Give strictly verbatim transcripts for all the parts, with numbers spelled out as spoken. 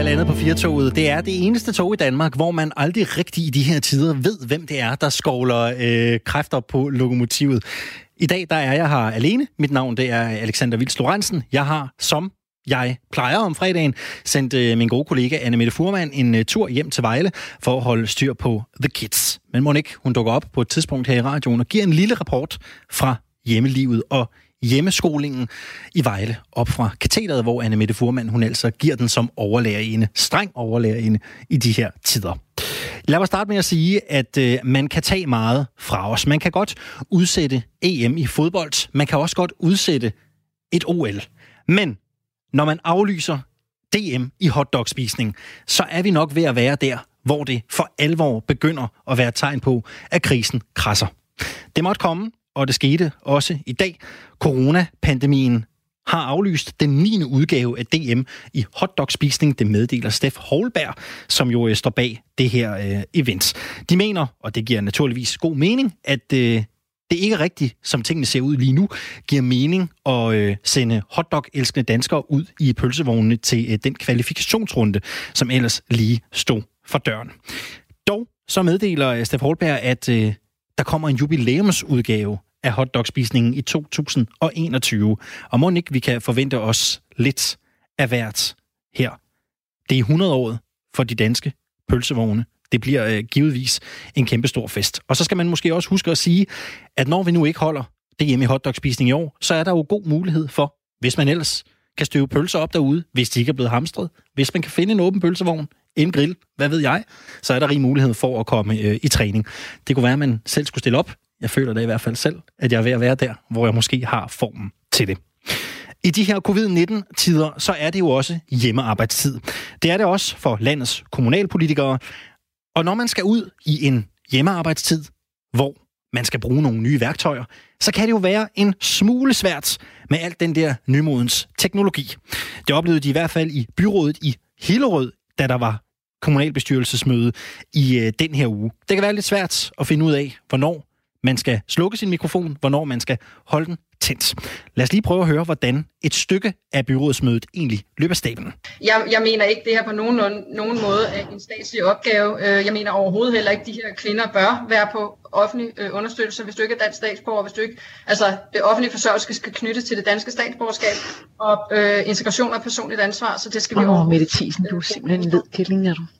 landet på Firtoget. Det er det eneste tog i Danmark, hvor man aldrig rigtig i de her tider ved, hvem det er, der skovler øh, kræfter på lokomotivet. I dag der er jeg her alene. Mit navn det er Alexander Vils Lorentzen. Jeg har, som jeg plejer om fredagen, sendt øh, min gode kollega Anne-Mette Fuhrmann en øh, tur hjem til Vejle for at holde styr på The Kids. Men må ikke, hun dukker op på et tidspunkt her i radioen og giver en lille rapport fra hjemmelivet og hjemmeskolingen i Vejle, op fra katedret, hvor Anne-Mette Fuhrmann, hun altså giver den som overlærerinde, streng overlærerinde i de her tider. Lad mig starte med at sige, at øh, man kan tage meget fra os. Man kan godt udsætte E M i fodbold. Man kan også godt udsætte et O L. Men når man aflyser D M i hotdogspisning, så er vi nok ved at være der, hvor det for alvor begynder at være et tegn på, at krisen krasser. Det måtte komme, og det skete også i dag. Coronapandemien har aflyst den niende udgave af D M i hotdogspisning. Det meddeler Steff Houlberg, som jo øh, står bag det her øh, event. De mener, og det giver naturligvis god mening, at øh, det ikke er rigtigt, som tingene ser ud lige nu, giver mening at øh, sende hotdog-elskende danskere ud i pølsevognene til øh, den kvalifikationsrunde, som ellers lige stod for døren. Dog så meddeler øh, Steff Houlberg, at øh, der kommer en jubilæumsudgave af hotdogspisningen i to tusind og enogtyve. Og må ikke vi kan forvente os lidt af hvert her. Det er hundrede-året for de danske pølsevogne. Det bliver øh, givetvis en kæmpestor fest. Og så skal man måske også huske at sige, at når vi nu ikke holder D M i hotdogspisning i år, så er der jo god mulighed for, hvis man ellers kan støve pølser op derude, hvis de ikke er blevet hamstret, hvis man kan finde en åben pølsevogn, en grill, hvad ved jeg, så er der rig mulighed for at komme øh, i træning. Det kunne være, at man selv skulle stille op. Jeg føler da i hvert fald selv, at jeg er ved at være der, hvor jeg måske har formen til det. I de her covid nitten-tider, så er det jo også hjemmearbejdstid. Det er det også for landets kommunalpolitikere. Og når man skal ud i en hjemmearbejdstid, hvor man skal bruge nogle nye værktøjer, så kan det jo være en smule svært med alt den der nymodens teknologi. Det oplevede de i hvert fald i byrådet i Hillerød, da der var kommunalbestyrelsesmøde i øh, den her uge. Det kan være lidt svært at finde ud af, hvornår man skal slukke sin mikrofon, hvornår man skal holde den tændt. Lad os lige prøve at høre, hvordan et stykke af byrådsmødet egentlig løber stablen. Jeg, jeg mener ikke, det her på nogen, nogen måde er en statslig opgave. Jeg mener overhovedet heller ikke, at de her kvinder bør være på offentlig øh, understøttelse, hvis du ikke er dansk statsborger, hvis du ikke, altså det offentlige forsørgelse skal knyttes til det danske statsborgerskab, og øh, integration af personligt ansvar, så det skal vi over. Åh, Mette Thiesen, du er simpelthen en ledkælling, er du?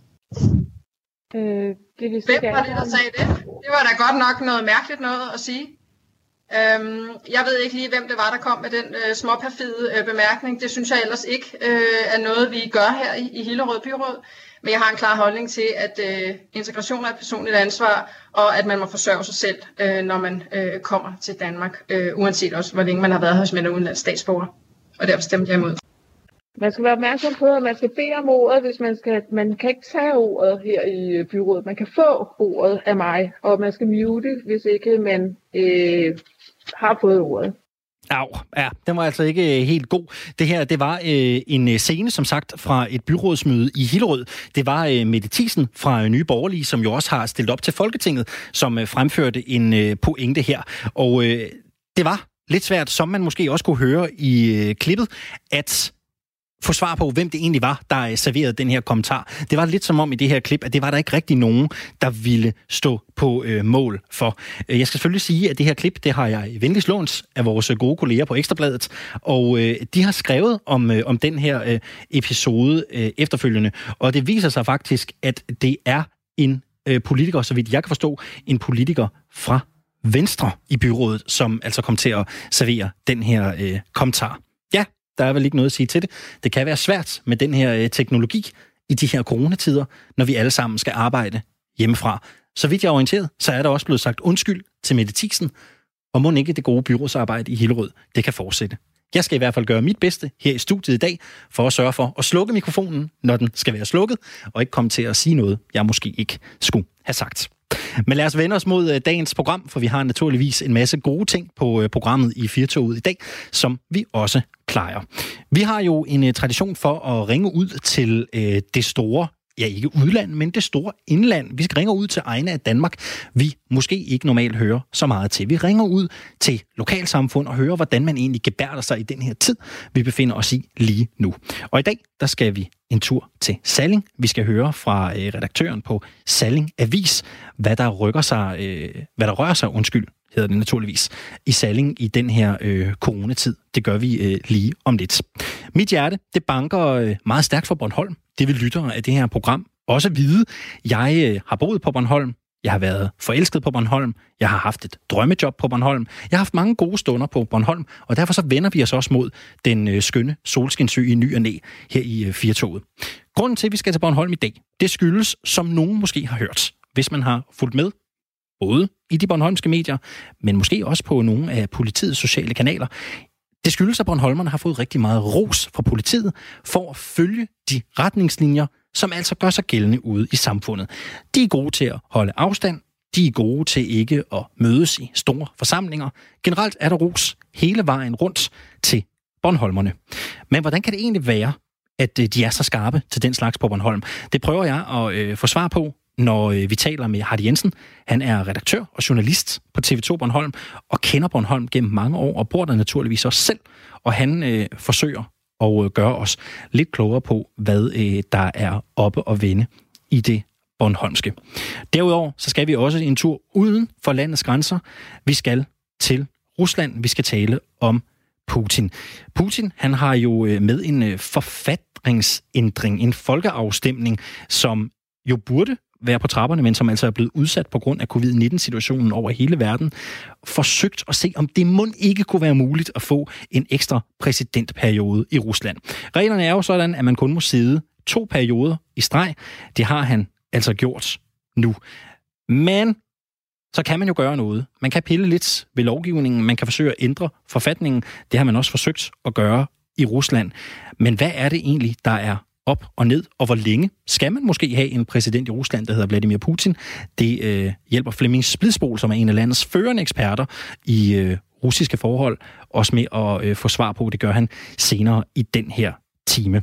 Øh, det Hvem var det, der sagde det? Det var da godt nok noget mærkeligt noget at sige. Øhm, jeg ved ikke lige, hvem det var, der kom med den øh, småperfide øh, bemærkning. Det synes jeg ellers ikke øh, er noget, vi gør her i, i Hillerød Byråd. Men jeg har en klar holdning til, at øh, integration er et personligt ansvar, og at man må forsørge sig selv, øh, når man øh, kommer til Danmark. Øh, uanset også, hvor længe man har været her, hvis man er udenlandsk statsborger. Og derfor stemte jeg imod. Man skal være opmærksom på, at man skal bede om ordet, hvis man skal. Man kan ikke tage ordet her i byrådet. Man kan få ordet af mig, og man skal mute, hvis ikke man øh, har fået ordet. Au, ja, den var altså ikke helt god. Det her, det var øh, en scene, som sagt, fra et byrådsmøde i Hillerød. Det var øh, Mette Thiesen fra Nye Borgerlige, som jo også har stillet op til Folketinget, som øh, fremførte en øh, pointe her. Og øh, det var lidt svært, som man måske også kunne høre i øh, klippet, at få svar på, hvem det egentlig var, der serverede den her kommentar. Det var lidt som om i det her klip, at det var der ikke rigtig nogen, der ville stå på øh, mål for. Jeg skal selvfølgelig sige, at det her klip, det har jeg venligst lånt af vores gode kolleger på Ekstrabladet, og øh, de har skrevet om, øh, om den her øh, episode øh, efterfølgende, og det viser sig faktisk, at det er en øh, politiker, så vidt jeg kan forstå, en politiker fra Venstre i byrådet, som altså kom til at servere den her øh, kommentar. Ja, der er vel ikke noget at sige til det. Det kan være svært med den her øh, teknologi i de her coronatider, når vi alle sammen skal arbejde hjemmefra. Så vidt jeg er orienteret, så er der også blevet sagt undskyld til Mette Thiesen, og må ikke det gode byrådsarbejde i Hillerød, det kan fortsætte. Jeg skal i hvert fald gøre mit bedste her i studiet i dag, for at sørge for at slukke mikrofonen, når den skal være slukket, og ikke komme til at sige noget, jeg måske ikke skulle have sagt. Men lad os vende os mod dagens program, for vi har naturligvis en masse gode ting på programmet i Firtoget i dag, som vi også plejer. Vi har jo en tradition for at ringe ud til det store ja ikke udland, men det store indland. Vi skal ringe ud til egne af Danmark, vi måske ikke normalt hører så meget til. Vi ringer ud til lokalsamfund og hører, hvordan man egentlig gebærder sig i den her tid, vi befinder os i lige nu. Og i dag, der skal vi en tur til Salling. Vi skal høre fra øh, redaktøren på Salling Avis, hvad der rykker sig, øh, hvad der rører sig, undskyld, hedder det naturligvis, i Salling i den her øh, coronatid. Det gør vi øh, lige om lidt. Mit hjerte, det banker øh, meget stærkt for Bornholm. Det vil lyttere af det her program også vide. Jeg øh, har boet på Bornholm. Jeg har været forelsket på Bornholm. Jeg har haft et drømmejob på Bornholm. Jeg har haft mange gode stunder på Bornholm, og derfor så vender vi os også mod den øh, skønne solskinsø i ny og næ her i øh, Firtoget. Grunden til, at vi skal til Bornholm i dag, det skyldes, som nogen måske har hørt, hvis man har fulgt med, både i de bornholmske medier, men måske også på nogle af politiets sociale kanaler. Det skyldes, at bornholmerne har fået rigtig meget ros fra politiet for at følge de retningslinjer, som altså gør sig gældende ude i samfundet. De er gode til at holde afstand. De er gode til ikke at mødes i store forsamlinger. Generelt er der ros hele vejen rundt til bornholmerne. Men hvordan kan det egentlig være, at de er så skarpe til den slags på Bornholm? Det prøver jeg at øh, få svar på, når vi taler med Hardy Jensen. Han er redaktør og journalist på T V to Bornholm og kender Bornholm gennem mange år og bor der naturligvis også selv. Og han øh, forsøger at øh, gøre os lidt klogere på, hvad øh, der er oppe og vende i det bornholmske. Derudover så skal vi også en tur uden for landets grænser. Vi skal til Rusland. Vi skal tale om Putin. Putin, han har jo øh, med en øh, forfatningsændring, en folkeafstemning, som jo burde være på trapperne, men som altså er blevet udsat på grund af covid nitten-situationen over hele verden, forsøgt at se, om det mon ikke kunne være muligt at få en ekstra præsidentperiode i Rusland. Reglerne er jo sådan, at man kun må sidde to perioder i streg. Det har han altså gjort nu. Men så kan man jo gøre noget. Man kan pille lidt ved lovgivningen, man kan forsøge at ændre forfatningen. Det har man også forsøgt at gøre i Rusland. Men hvad er det egentlig, der er op og ned, og hvor længe skal man måske have en præsident i Rusland, der hedder Vladimir Putin? Det øh, hjælper Flemming Splidsbol, som er en af landets førende eksperter i øh, russiske forhold, også med at øh, få svar på. Det gør han senere i den her time.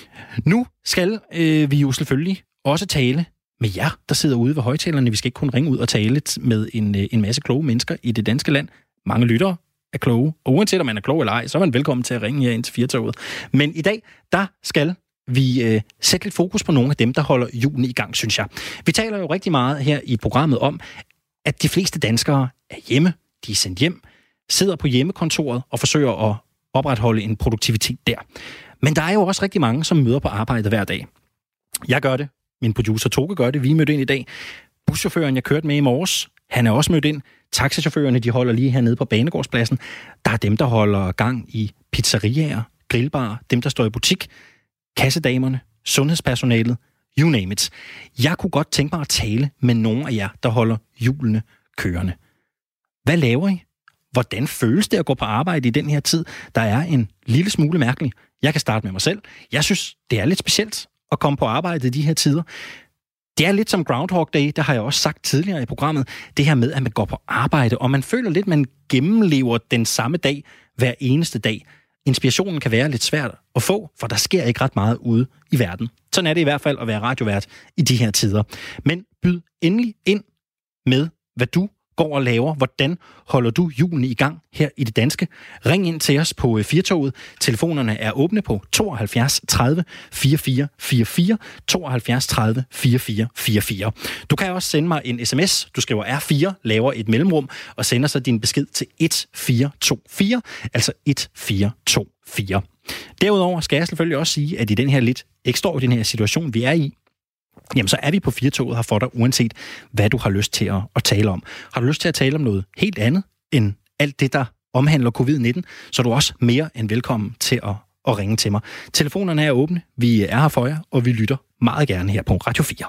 Nu skal øh, vi jo selvfølgelig også tale med jer, der sidder ude ved højtalerne. Vi skal ikke kun ringe ud og tale med en, øh, en masse kloge mennesker i det danske land. Mange lyttere er kloge, og uanset om man er klog eller ej, så er man velkommen til at ringe her ind til Firtoget. Men i dag, der skal vi øh, sætter lidt fokus på nogle af dem, der holder julen i gang, synes jeg. Vi taler jo rigtig meget her i programmet om, at de fleste danskere er hjemme, de er sendt hjem, sidder på hjemmekontoret og forsøger at opretholde en produktivitet der. Men der er jo også rigtig mange, som møder på arbejde hver dag. Jeg gør det, min producer Toge gør det, vi er mødt ind i dag. Buschaufføren, jeg kørte med i morges, han er også mødt ind. Taxichaufførerne, de holder lige hernede på Banegårdspladsen. Der er dem, der holder gang i pizzeriaer, grillbarer, dem, der står i butik, kassedamerne, sundhedspersonalet, you name it. Jeg kunne godt tænke mig at tale med nogle af jer, der holder hjulene kørende. Hvad laver I? Hvordan føles det at gå på arbejde i den her tid, der er en lille smule mærkelig? Jeg kan starte med mig selv. Jeg synes, det er lidt specielt at komme på arbejde i de her tider. Det er lidt som Groundhog Day, det har jeg også sagt tidligere i programmet. Det her med, at man går på arbejde, og man føler lidt, at man gennemlever den samme dag hver eneste dag. Inspirationen kan være lidt svært at få, for der sker ikke ret meget ude i verden. Sådan er det i hvert fald at være radiovært i de her tider. Men byd endelig ind med, hvad du går og laver. Hvordan holder du julen i gang her i det danske? Ring ind til os på Firtoget. Telefonerne er åbne på tooghalvfjerds tredive fireogfyrre fireogfyrre, tooghalvfjerds tredive fireogfyrre fireogfyrre. Du kan også sende mig en sms. Du skriver R fire, laver et mellemrum og sender så din besked til et fire to fire, altså et fire to fire. Derudover skal jeg selvfølgelig også sige, at i den her lidt ekstraordinære situation, vi er i, jamen så er vi på Firtoget her for dig, uanset hvad du har lyst til at, at tale om. Har du lyst til at tale om noget helt andet end alt det, der omhandler covid nitten, så er du også mere end velkommen til at, at ringe til mig. Telefonerne er åbne, vi er her for jer, og vi lytter meget gerne her på Radio fire.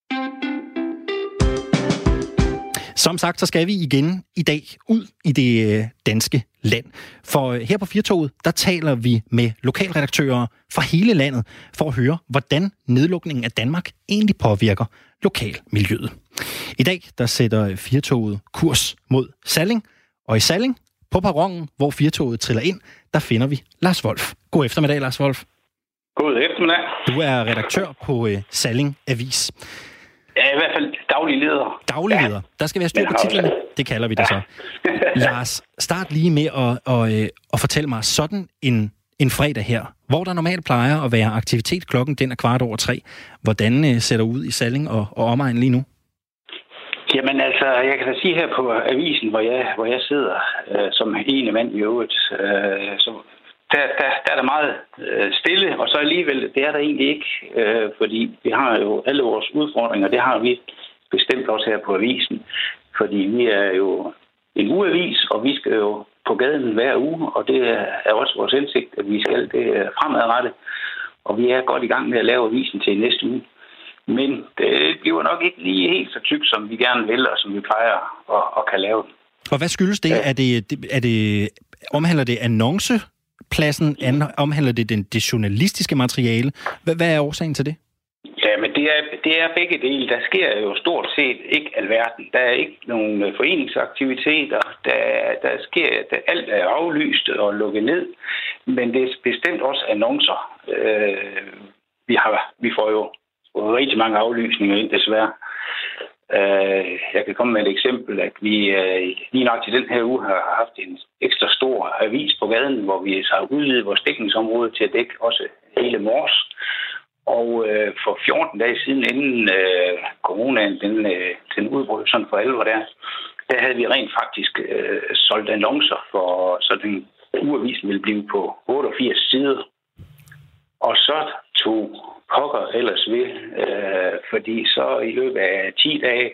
Som sagt, så skal vi igen i dag ud i det danske land. For her på Firtoget, der taler vi med lokalredaktører fra hele landet for at høre, hvordan nedlukningen af Danmark egentlig påvirker lokalmiljøet. I dag, der sætter Firtoget kurs mod Salling, og i Salling, på perronen, hvor Firtoget triller ind, der finder vi Lars Wolf. God eftermiddag, Lars Wolf. God eftermiddag. Du er redaktør på øh, Salling Avis. Ja, i hvert fald daglig leder. Daglig leder. Ja. Der skal være styr på titlerne. Det kalder vi det så. Lars, start lige med at, at, at, at fortælle mig sådan en, en fredag her, hvor der normalt plejer at være aktivitet klokken den er kvart over tre. Hvordan uh, ser det ud i Salling og, og omegn lige nu? Jamen altså, jeg kan da sige her på avisen, hvor jeg, hvor jeg sidder øh, som ene mand i øvrigt, øh, så der, der, der er der meget øh, stille, og så alligevel, det er der egentlig ikke, øh, fordi vi har jo alle vores udfordringer, det har vi bestemt også her på avisen, fordi vi er jo en ugeavis, og vi skal jo på gaden hver uge, og det er også vores hensigt, at vi skal det fremadrettet, og vi er godt i gang med at lave avisen til næste uge. Men det bliver nok ikke lige helt så tyk, som vi gerne vil, og som vi plejer at, at kan lave den. Og hvad skyldes det? Ja. Er det, er det omhandler det annoncepladsen? Omhandler det den, det journalistiske materiale? Hvad, hvad er årsagen til det? Ja, men det er, det er begge dele. Der sker jo stort set ikke alverden. Der er ikke nogen foreningsaktiviteter. Der, der sker, der, alt er aflyst og lukket ned. Men det er bestemt også annoncer. Øh, vi, har, vi får jo rigtig mange aflysninger ind, desværre. Uh, jeg kan komme med et eksempel, at vi uh, lige nok til den her uge har haft en ekstra stor avis på gaden, hvor vi har udvidet vores dækningsområde til at dække også hele Mors. Og uh, for fjorten dage siden, inden uh, coronaen den, uh, den udbrød sådan for alvor der, der havde vi rent faktisk uh, solgt annoncer for, så den ugeavisen ville blive på otteogfirs sider. Og så tog pokker ellers ved, øh, fordi så i løbet af ti dage,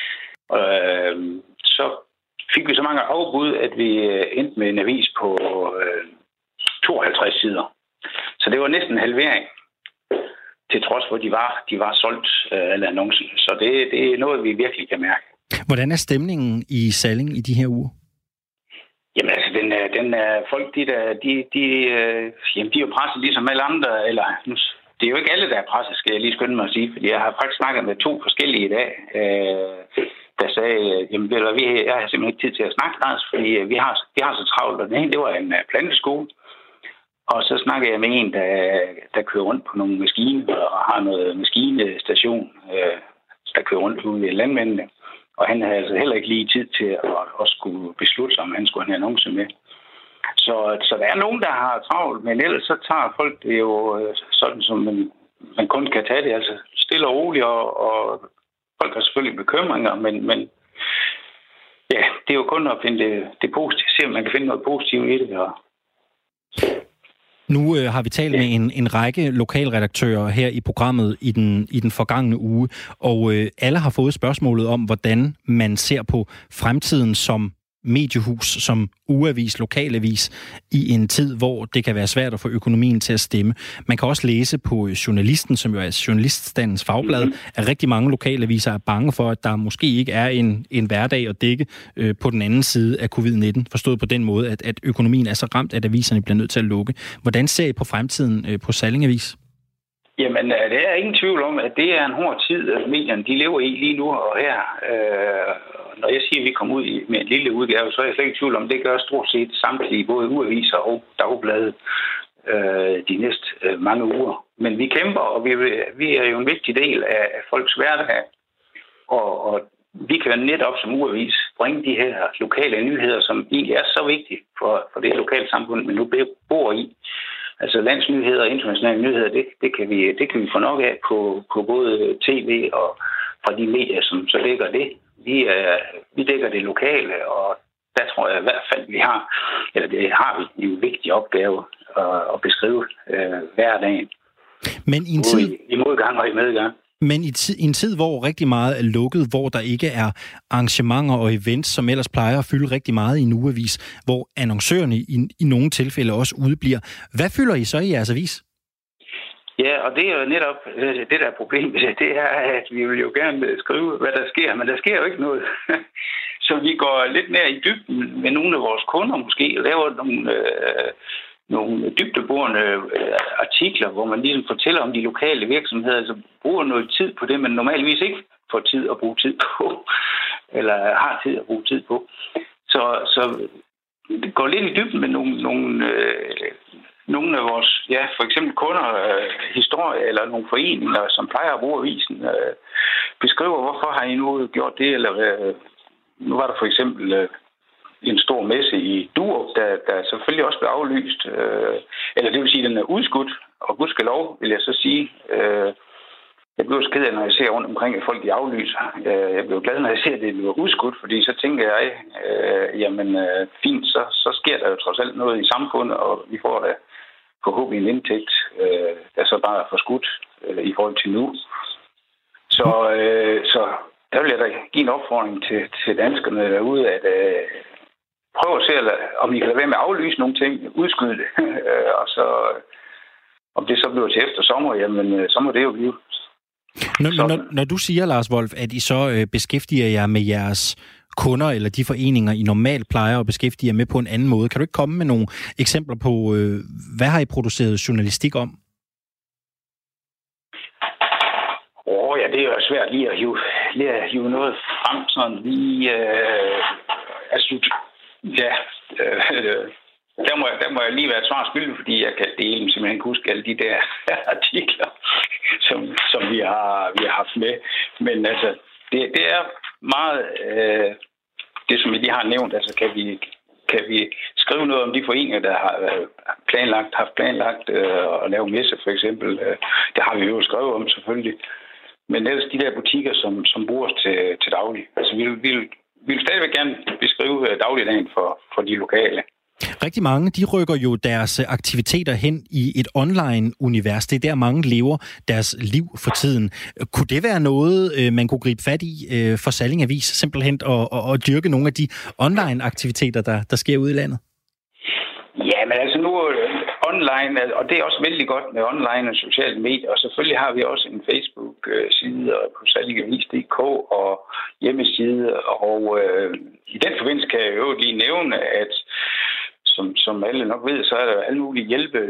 øh, så fik vi så mange afbud, at vi endte med en avis på øh, tooghalvtreds sider. Så det var næsten en halvering, til trods for, at de var, de var solgt øh, af annoncen. Så det, det er noget, vi virkelig kan mærke. Hvordan er stemningen i Salling i de her uger? Jamen altså, den er, den er folk, de der, de, de, øh, jamen, de er jo presset ligesom alle andre, eller det er jo ikke alle, der er presset, skal jeg lige skynde mig at sige, fordi jeg har faktisk snakket med to forskellige i dag, øh, der sagde, jamen ved du, vi, jeg har simpelthen ikke tid til at snakke, Lars, fordi vi har, vi har så travlt, og den ene, det var en uh, planteskole, og så snakkede jeg med en, der, der kører rundt på nogle maskiner, og har noget maskinestation, øh, der kører rundt ude i landmændene. Og han havde altså heller ikke lige tid til at, at skulle beslutte sig, om han skulle have en annonce med. Så, så der er nogen, der har travlt, men ellers så tager folk det jo sådan, som man, man kun kan tage det. Altså stille og roligt, og, og folk har selvfølgelig bekymringer, men, men ja, det er jo kun at finde det, det positive. Se, om man kan finde noget positivt i det. Og Nu øh, har vi talt med en, en række lokalredaktører her i programmet i den, i den forgangne uge, og øh, alle har fået spørgsmålet om, hvordan man ser på fremtiden som mediehus, som ugeavis, lokalavis, i en tid, hvor det kan være svært at få økonomien til at stemme. Man kan også læse på Journalisten, som jo er journaliststandens fagblad, at rigtig mange lokalaviser er bange for, at der måske ikke er en, en hverdag at dække øh, på den anden side af covid nitten, forstået på den måde, at, at økonomien er så ramt, at aviserne bliver nødt til at lukke. Hvordan ser I på fremtiden øh, på Salling Avis? Jamen, det er ingen tvivl om, at det er en hård tid, at medierne de lever i lige nu og her. Øh, når jeg siger, at vi kommer ud med en lille udgave, så er jeg slet ikke i tvivl om, at det gør stort set samtlige, både ugeaviser og dagbladet, øh, de næste øh, mange uger. Men vi kæmper, og vi, vi er jo en vigtig del af, af folks hverdag. Og, og vi kan netop som ugeavis bringe de her lokale nyheder, som egentlig er så vigtige for, for det lokale samfund, men nu bor i. Altså landsnyheder og internationale nyheder, det, det, kan vi, det kan vi få nok af på, på både tv og fra de medier, som så dækker det. Vi, øh, vi dækker det lokale, og der tror jeg i hvert fald, vi har, eller det har vi en vigtig opgave at, at beskrive øh, hver dag. Men i en tid... I, i modgang og i medgang. Men i, ti- i en tid, hvor rigtig meget er lukket, hvor der ikke er arrangementer og events, som ellers plejer at fylde rigtig meget i en ugeavis, hvor annoncørerne i, i nogle tilfælde også udbliver. Hvad fylder I så i jeres avis? Ja, og det er jo netop det, der er problemet. Det er, at vi vil jo gerne skrive, hvad der sker, men der sker jo ikke noget. Så vi går lidt mere i dybden med nogle af vores kunder måske, og laver nogle... Øh, nogle dybdeborende øh, artikler, hvor man ligesom fortæller om de lokale virksomheder, altså bruger noget tid på det, man normalvis ikke får tid at bruge tid på, eller har tid at bruge tid på. Så, så det går lidt i dybden med nogle, nogle, øh, nogle af vores, ja, for eksempel kunder, øh, historie eller nogle foreninger, som plejer at bruge avisen, øh, beskriver, hvorfor har I nu gjort det, eller øh, nu var der for eksempel øh, en stor messe i Durup, der, der selvfølgelig også blev aflyst, øh, eller det vil sige, at den er udskudt, og gudskelov, vil jeg så sige. Øh, jeg blev så ked af, når jeg ser rundt omkring, at folk de aflyser. Øh, jeg blev glad, når jeg ser, at det bliver udskudt, fordi så tænker jeg, øh, jamen øh, fint, så, så sker der jo trods alt noget i samfundet, og vi får da forhåbentlig en indtægt, øh, der så bare er forskudt øh, i forhold til nu. Så, øh, så der vil jeg da give en opfordring til, til danskerne derude, at øh, prøv at se, om I kan lade være med at aflyse nogle ting, udskyde det, og så om det så bliver til efter sommer, jamen så må det jo blive. Når, når, når du siger, Lars Wolff, at I så øh, beskæftiger jer med jeres kunder eller de foreninger, I normalt plejer at beskæftige jer med på en anden måde, kan du ikke komme med nogle eksempler på, øh, hvad har I produceret journalistik om? Åh oh, ja, det er jo svært lige at hive, lige at hive noget frem, sådan lige, øh, altså, ja, øh, der, må jeg, der må jeg lige være svar skyldig, fordi jeg kan dele simpelthen ikke huske alle de der artikler, som, som vi, har, vi har haft med. Men altså, det, det er meget, øh, det som vi lige har nævnt, altså kan vi, kan vi skrive noget om de foreninger, der har planlagt, haft planlagt øh, at lave messe for eksempel. Øh, det har vi jo skrevet om selvfølgelig. Men ellers de der butikker, som, som bruger os til, til daglig. Altså vi vil, vi vil Vi vil stadigvæk gerne beskrive dagligdagen for, for de lokale. Rigtig mange, de rykker jo deres aktiviteter hen i et online-univers. Det er der, mange lever deres liv for tiden. Kunne det være noget, man kunne gribe fat i for Salling Avis, simpelthen at, at, at dyrke nogle af de online-aktiviteter, der, der sker ude i landet? Ja, men altså nu online, og det er også vældig godt med online og sociale medier, og selvfølgelig har vi også en Facebook-side på salling avis punktum d k og hjemmeside, og øh, i den forbindelse kan jeg jo lige nævne, at som, som alle nok ved, så er der alle mulige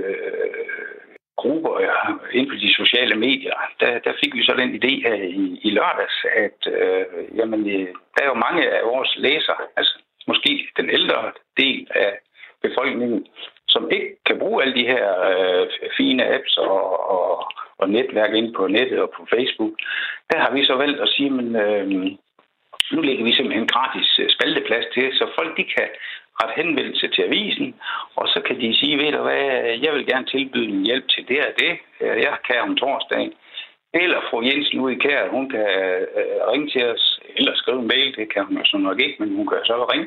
hjælpegrupper øh, inden for de sociale medier. Der, der fik vi så den idé her i, i lørdags, at øh, jamen, der er jo mange af vores læsere, altså måske den ældre del af befolkningen, som ikke kan bruge alle de her øh, fine apps og, og, og netværk inde på nettet og på Facebook. Der har vi så valgt at sige, men øh, nu lægger vi simpelthen gratis spalteplads til, så folk de kan rette henvendelse til avisen, og så kan de sige, ved du hvad, jeg vil gerne tilbyde en hjælp til det og det. Jeg kan om torsdagen. Eller fru Jensen ude i Kær, hun kan øh, ringe til os, eller skrive en mail, det kan hun jo så nok ikke, men hun kan så ringe.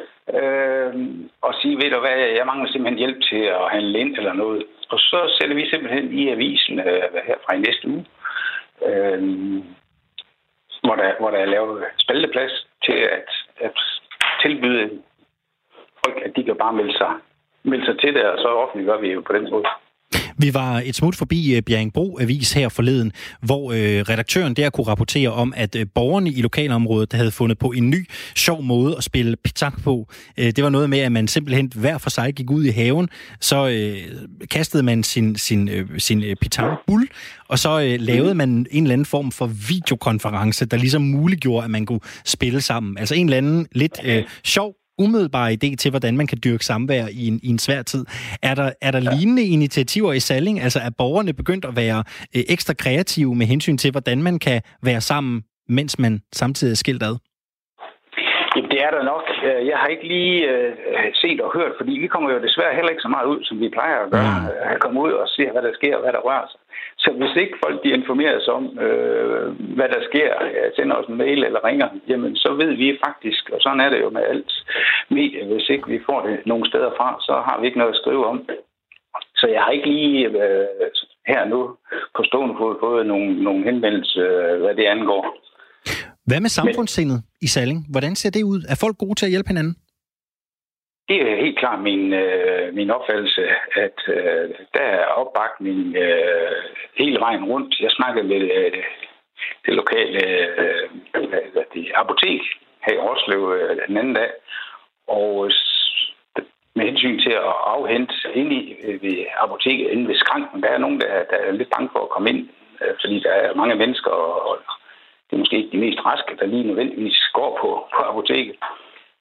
Øh, og sige, ved du hvad, jeg mangler simpelthen hjælp til at handle ind eller noget. Og så sætter vi simpelthen i avisen øh, her fra i næste uge, øh, hvor, der, hvor der er lavet spalteplads til at, at tilbyde folk, at de kan bare melde sig, melde sig til det, og så offentliggør vi jo på den måde. Vi var et smut forbi Bjerringbro Avis her forleden, hvor øh, redaktøren der kunne rapportere om, at øh, borgerne i lokalområdet havde fundet på en ny, sjov måde at spille petanque på. Øh, det var noget med, at man simpelthen hver for sig gik ud i haven, så øh, kastede man sin, sin, øh, sin øh, petanque-bull, og så øh, lavede man en eller anden form for videokonference, der ligesom muliggjorde, at man kunne spille sammen. Altså en eller anden lidt øh, sjov, umiddelbar idé til, hvordan man kan dyrke samvær i en, i en svær tid. Er der, er der ja. lignende initiativer i Salling? Altså er borgerne begyndt at være øh, ekstra kreative med hensyn til, hvordan man kan være sammen, mens man samtidig er skilt ad? Jamen, det er der nok. Jeg har ikke lige øh, set og hørt, fordi vi kommer jo desværre heller ikke så meget ud, som vi plejer at gøre. Mm. At komme ud og se, hvad der sker og hvad der rører sig. Så hvis ikke folk de informerer sig om, øh, hvad der sker, sender os en mail eller ringer, jamen så ved vi faktisk, og sådan er det jo med alt medie, hvis ikke vi får det nogle steder fra, så har vi ikke noget at skrive om. Så jeg har ikke lige øh, her nu på stående fod fået nogle, nogle henvendelser, øh, hvad det angår. Hvad med samfundssindet i Salling? Hvordan ser det ud? Er folk gode til at hjælpe hinanden? Det er helt klart min, øh, min opfattelse, at øh, der er opbakning øh, hele vejen rundt. Jeg snakkede med øh, det lokale øh, det, apotek her i Roslev øh, den anden dag, og med hensyn til at afhente inde i, ved apoteket, inde ved skranken, der er nogen, der, der er lidt bange for at komme ind, øh, fordi der er mange mennesker, og det er måske ikke de mest raske, der lige nødvendigvis går på, på apoteket.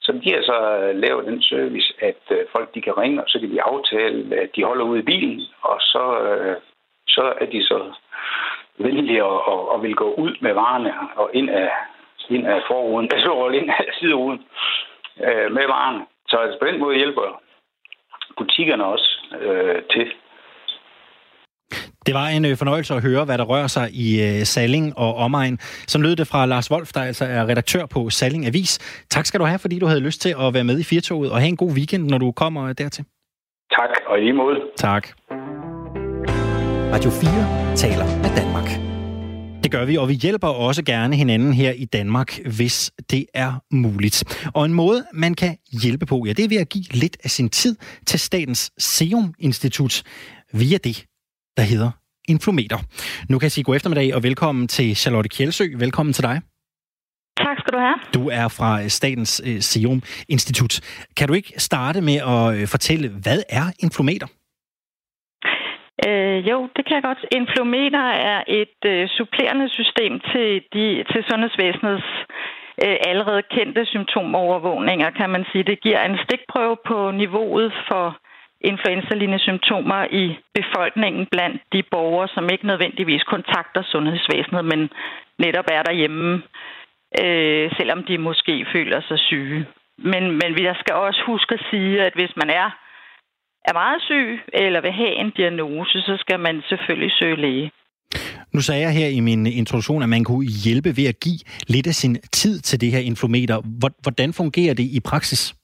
Så de har så lavet den service, at folk de kan ringe, og så kan de aftale, at de holder ude i bilen, og så, så er de så venlige og, og, og vil gå ud med varerne og ind af, ind af forruden, altså ind af sideruden øh, med varerne. Så altså, på den måde hjælper butikkerne også øh, til. Det var en fornøjelse at høre, hvad der rører sig i Salling og omegn. Som lød det fra Lars Wolf, der altså er redaktør på Salling Avis. Tak skal du have, fordi du havde lyst til at være med i Firtoget, og have en god weekend, når du kommer dertil. Tak, og i lige måde. Tak. Radio fire taler med Danmark. Det gør vi, og vi hjælper også gerne hinanden her i Danmark, hvis det er muligt. Og en måde, man kan hjælpe på, ja, det er ved at give lidt af sin tid til Statens Serum Institut via det, der hedder Influmeter. Nu kan jeg sige god eftermiddag og velkommen til Charlotte Kjelsø. Velkommen til dig. Tak skal du have. Du er fra Statens Serum Institut. Kan du ikke starte med at fortælle, hvad er Influmeter? Øh, jo, det kan jeg godt. Influmeter er et øh, supplerende system til, de, til sundhedsvæsenets øh, allerede kendte symptomovervågninger, kan man sige. Det giver en stikprøve på niveauet for influenza-lignende symptomer i befolkningen blandt de borgere, som ikke nødvendigvis kontakter sundhedsvæsenet, men netop er derhjemme, øh, selvom de måske føler sig syge. Men, men jeg skal også huske at sige, at hvis man er, er meget syg eller vil have en diagnose, så skal man selvfølgelig søge læge. Nu sagde jeg her i min introduktion, at man kunne hjælpe ved at give lidt af sin tid til det her Influmeter. Hvordan fungerer det i praksis?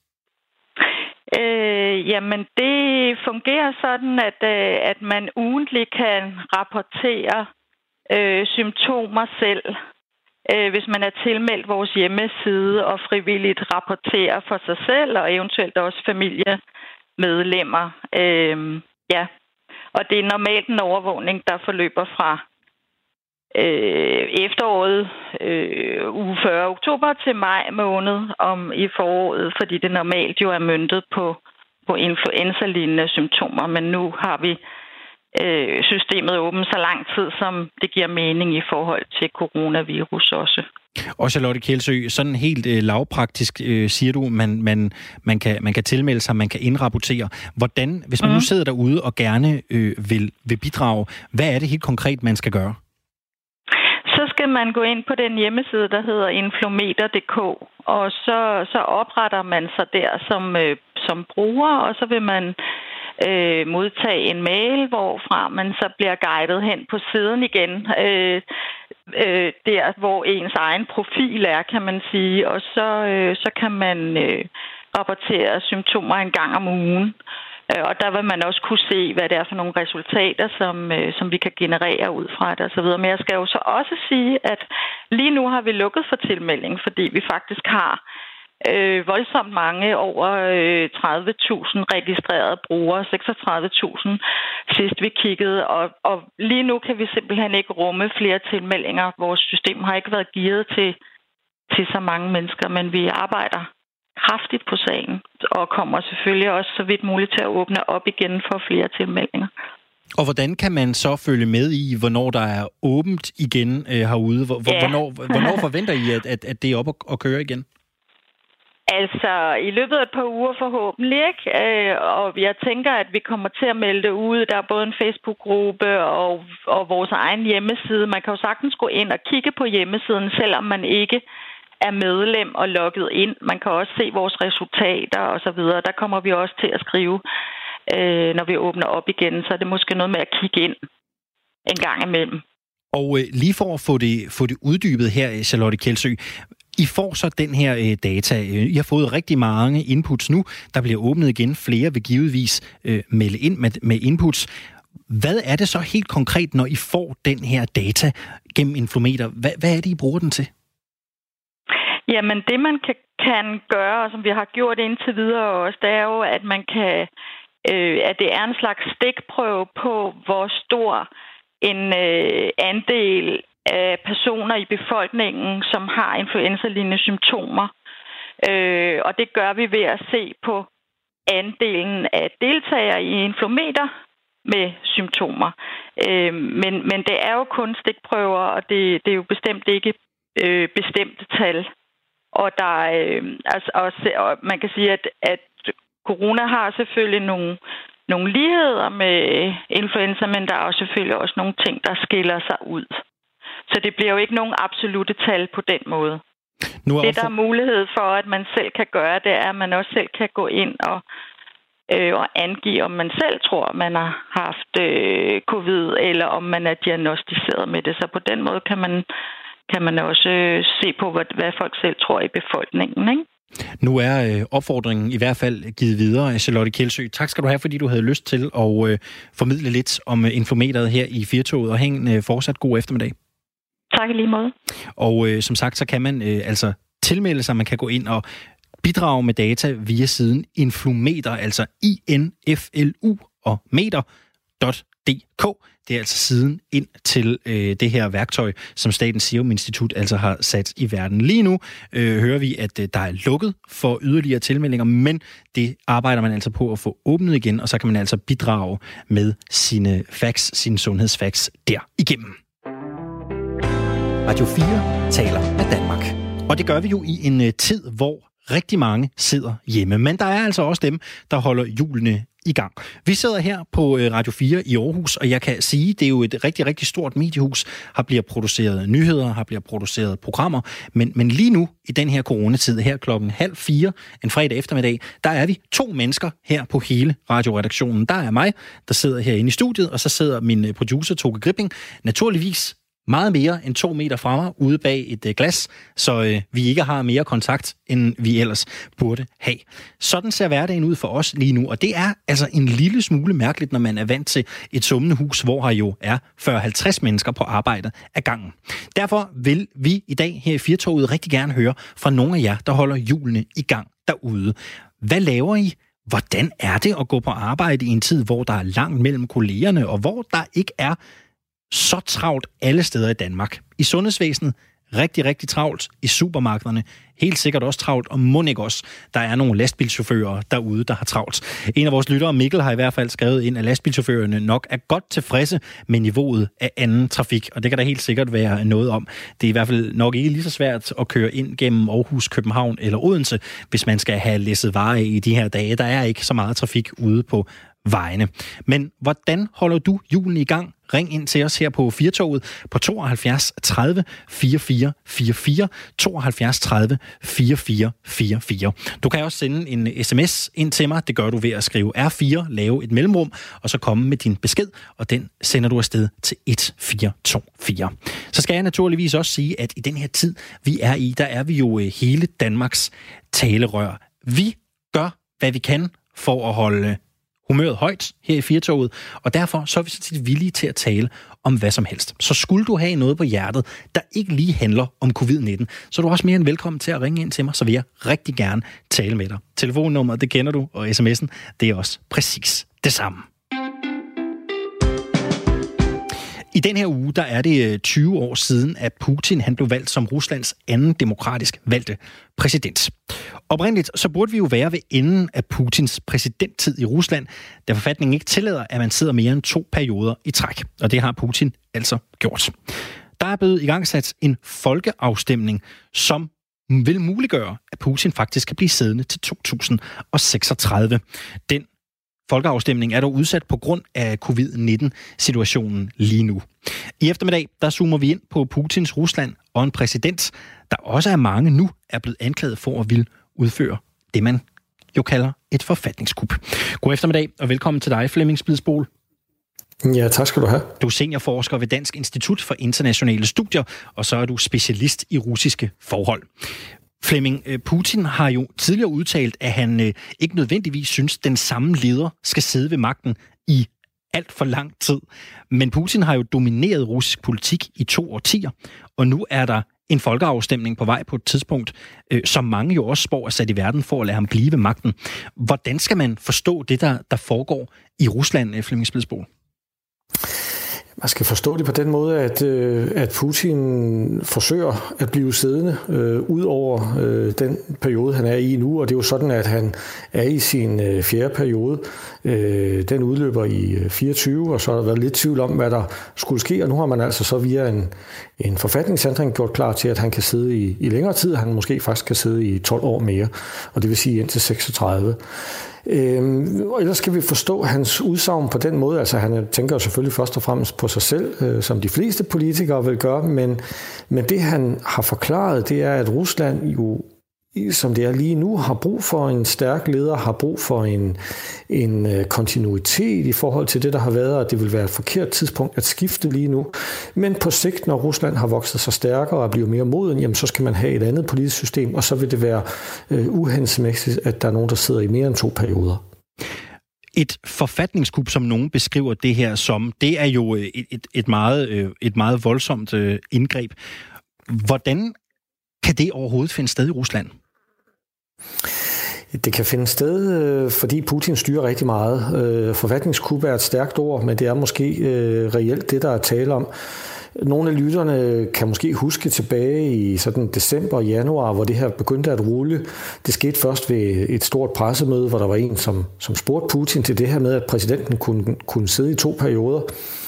Øh, jamen, det fungerer sådan, at, øh, at man ugentligt kan rapportere øh, symptomer selv, øh, hvis man er tilmeldt vores hjemmeside og frivilligt rapporterer for sig selv og eventuelt også familiemedlemmer. Øh, ja. Og det er normalt en overvågning, der forløber fra øh, efteråret, øh, uge fyrre oktober til maj måned om i foråret, fordi det normalt jo er møntet på, på influenza-lignende symptomer, men nu har vi øh, systemet åbent så lang tid, som det giver mening i forhold til coronavirus også. Og Charlotte Kjelsø, sådan helt øh, lavpraktisk øh, siger du, man, man, man, kan, man kan tilmelde sig, man kan indrapportere. Hvordan, hvis man mm. nu sidder derude og gerne øh, vil, vil bidrage, hvad er det helt konkret, man skal gøre? Så skal man gå ind på den hjemmeside, der hedder influmeter punktum d k, og så, så opretter man sig der som, øh, som bruger, og så vil man øh, modtage en mail, hvorfra man så bliver guidet hen på siden igen, øh, øh, der hvor ens egen profil er, kan man sige, og så, øh, så kan man øh, rapportere symptomer en gang om ugen. Og der vil man også kunne se, hvad det er for nogle resultater, som, øh, som vi kan generere ud fra det osv. Men jeg skal jo så også sige, at lige nu har vi lukket for tilmelding, fordi vi faktisk har øh, voldsomt mange, over øh, tredive tusind registrerede brugere, seksogtredive tusind sidst vi kiggede. Og, og lige nu kan vi simpelthen ikke rumme flere tilmeldinger. Vores system har ikke været gearet til, til så mange mennesker, men vi arbejder kraftigt på sagen, og kommer selvfølgelig også så vidt muligt til at åbne op igen for flere tilmeldinger. Og hvordan kan man så følge med i, hvornår der er åbent igen øh, herude? Hvor, ja. hvornår, hvornår forventer I, at, at, at det er op og, og køre igen? Altså, i løbet af et par uger forhåbentlig, ikke? Øh, og jeg tænker, at vi kommer til at melde det ud. Der er både en Facebook-gruppe og, og vores egen hjemmeside. Man kan jo sagtens gå ind og kigge på hjemmesiden, selvom man ikke er medlem og logget ind. Man kan også se vores resultater og så videre. Der kommer vi også til at skrive, øh, når vi åbner op igen. Så er det måske noget med at kigge ind en gang imellem. Og øh, lige for at få det, få det uddybet her, Charlotte Kjelsø, I får så den her øh, data. I har fået rigtig mange inputs nu. Der bliver åbnet igen. Flere vil givetvis øh, melde ind med, med inputs. Hvad er det så helt konkret, når I får den her data gennem Influmeter? Hvad, hvad er det, I bruger den til? Jamen, det man kan, kan gøre, og som vi har gjort indtil videre også, det er jo, at man kan, øh, at det er en slags stikprøve på, hvor stor en øh, andel af personer i befolkningen, som har influenza-lignende symptomer. Øh, og det gør vi ved at se på andelen af deltagere i Influmeter med symptomer. Øh, men, men det er jo kun stikprøver, og det, det er jo bestemt ikke øh, bestemte tal. Og der øh, altså også, og man kan sige, at, at corona har selvfølgelig nogle, nogle ligheder med influenza, men der er også selvfølgelig også nogle ting, der skiller sig ud. Så det bliver jo ikke nogen absolute tal på den måde. Nu er det, der er mulighed for, at man selv kan gøre, det er, at man også selv kan gå ind og, øh, og angive, om man selv tror, man har haft øh, covid, eller om man er diagnostiseret med det. Så på den måde kan man, kan man også øh, se på, hvad, hvad folk selv tror i befolkningen, ikke? Nu er øh, opfordringen i hvert fald givet videre, Charlotte Kjelsø. Tak skal du have, fordi du havde lyst til at øh, formidle lidt om øh, Influmeteret her i Firtoget, og have en øh, fortsat god eftermiddag. Tak i lige måde. Og øh, som sagt, så kan man øh, altså tilmelde sig, man kan gå ind og bidrage med data via siden Influmeter, altså I N F L U og meter punktum d k. Det er altså siden ind til øh, det her værktøj, som Statens Serum Institut altså har sat i verden. Lige nu øh, hører vi, at øh, der er lukket for yderligere tilmeldinger, men det arbejder man altså på at få åbnet igen, og så kan man altså bidrage med sine facts, sine sundhedsfacts derigennem. Radio fire taler med Danmark. Og det gør vi jo i en uh, tid, hvor rigtig mange sidder hjemme. Men der er altså også dem, der holder hjulene i gang. Vi sidder her på uh, Radio fire i Aarhus, og jeg kan sige, det er jo et rigtig, rigtig stort mediehus. Her bliver produceret nyheder, her bliver produceret programmer. Men, men lige nu, i den her coronatid, her klokken halv fire, en fredag eftermiddag, der er vi to mennesker her på hele radioredaktionen. Der er mig, der sidder herinde i studiet, og så sidder min producer, Toge Gripping, naturligvis meget mere end to meter fra mig, ude bag et øh, glas, så øh, vi ikke har mere kontakt, end vi ellers burde have. Sådan ser hverdagen ud for os lige nu, og det er altså en lille smule mærkeligt, når man er vant til et summende hus, hvor her jo er fyrre til halvtreds mennesker på arbejdet ad gangen. Derfor vil vi i dag her i Firtoget rigtig gerne høre fra nogle af jer, der holder hjulene i gang derude. Hvad laver I? Hvordan er det at gå på arbejde i en tid, hvor der er langt mellem kollegerne, og hvor der ikke er så travlt alle steder i Danmark? I sundhedsvæsenet rigtig, rigtig travlt. I supermarkederne helt sikkert også travlt, og må ikke også, der er nogle lastbilchauffører derude, der har travlt. En af vores lyttere, Mikkel, har i hvert fald skrevet ind, at lastbilchaufførerne nok er godt tilfredse med niveauet af anden trafik, og det kan der helt sikkert være noget om. Det er i hvert fald nok ikke lige så svært at køre ind gennem Aarhus, København eller Odense, hvis man skal have læsset varer i de her dage. Der er ikke så meget trafik ude på vejene. Men hvordan holder du hjulene i gang? Ring ind til os her på Firtoget på tooghalvfjerds tredive fireogfyrre fireogfyrre, tooghalvfjerds tredive fireogfyrre fireogfyrre. Du kan også sende en sms ind til mig. Det gør du ved at skrive R fire, lave et mellemrum, og så komme med din besked, og den sender du afsted til et fire to fire. Så skal jeg naturligvis også sige, at i den her tid, vi er i, der er vi jo hele Danmarks talerør. Vi gør, hvad vi kan for at holde humøret højt her i Firtoget, og derfor så er vi så tit villige til at tale om hvad som helst. Så skulle du have noget på hjertet, der ikke lige handler om covid nitten, så er du også mere end velkommen til at ringe ind til mig, så vil jeg rigtig gerne tale med dig. Telefonnummeret, det kender du, og sms'en, det er også præcis det samme. I den her uge, der er det tyve år siden, at Putin han blev valgt som Ruslands anden demokratisk valgte præsident. Oprindeligt så burde vi jo være ved enden af Putins præsidenttid i Rusland, da forfatningen ikke tillader, at man sidder mere end to perioder i træk. Og det har Putin altså gjort. Der er blevet igangsat en folkeafstemning, som vil muliggøre, at Putin faktisk kan blive siddende til to tusind seksogtredive. Den folkeafstemning er dog udsat på grund af covid nitten-situationen lige nu. I eftermiddag, der zoomer vi ind på Putins Rusland og en præsident, der også er mange nu er blevet anklaget for at ville udføre det, man jo kalder et forfatningskup. God eftermiddag, og velkommen til dig, Flemming Splidsbol. Ja, tak skal du have. Du er seniorforsker ved Dansk Institut for Internationale Studier, og så er du specialist i russiske forhold. Flemming, Putin har jo tidligere udtalt, at han øh, ikke nødvendigvis synes, at den samme leder skal sidde ved magten i alt for lang tid. Men Putin har jo domineret russisk politik i to årtier, og nu er der en folkeafstemning på vej på et tidspunkt, øh, som mange jo også spår er sat i verden for at lade ham blive ved magten. Hvordan skal man forstå det, der, der foregår i Rusland, Flemming Splidsbol? Man skal forstå det på den måde, at, at Putin forsøger at blive siddende øh, ud over øh, den periode, han er i nu, og det er jo sådan, at han er i sin øh, fjerde periode. Øh, den udløber i fireogtyve, og så har der været lidt tvivl om, hvad der skulle ske, og nu har man altså så via en, en forfatningsændring gjort klar til, at han kan sidde i, i længere tid. Han måske faktisk kan sidde i tolv år mere, og det vil sige indtil seksogtredive. Øhm, og ellers skal vi forstå hans udsagn på den måde, altså han tænker jo selvfølgelig først og fremmest på sig selv, øh, som de fleste politikere vil gøre, men, men det han har forklaret, det er, at Rusland jo, som det er lige nu, har brug for en stærk leder, har brug for en, en kontinuitet i forhold til det, der har været, og det vil være et forkert tidspunkt at skifte lige nu. Men på sigt, når Rusland har vokset sig stærkere og bliver mere moden, jamen så skal man have et andet politisk system, og så vil det være øh, uhensigtsmæssigt, at der er nogen, der sidder i mere end to perioder. Et forfatningskup, som nogen beskriver det her som, det er jo et, et, et, meget, et meget voldsomt indgreb. Hvordan kan det overhovedet finde sted i Rusland? Det kan finde sted, fordi Putin styrer rigtig meget. Forfatningskup er et stærkt ord, men det er måske reelt det, der er tale om. Nogle af lytterne kan måske huske tilbage i sådan december og januar, hvor det her begyndte at rulle. Det skete først ved et stort pressemøde, hvor der var en, som, som spurgte Putin til det her med, at præsidenten kunne, kunne sidde i to perioder.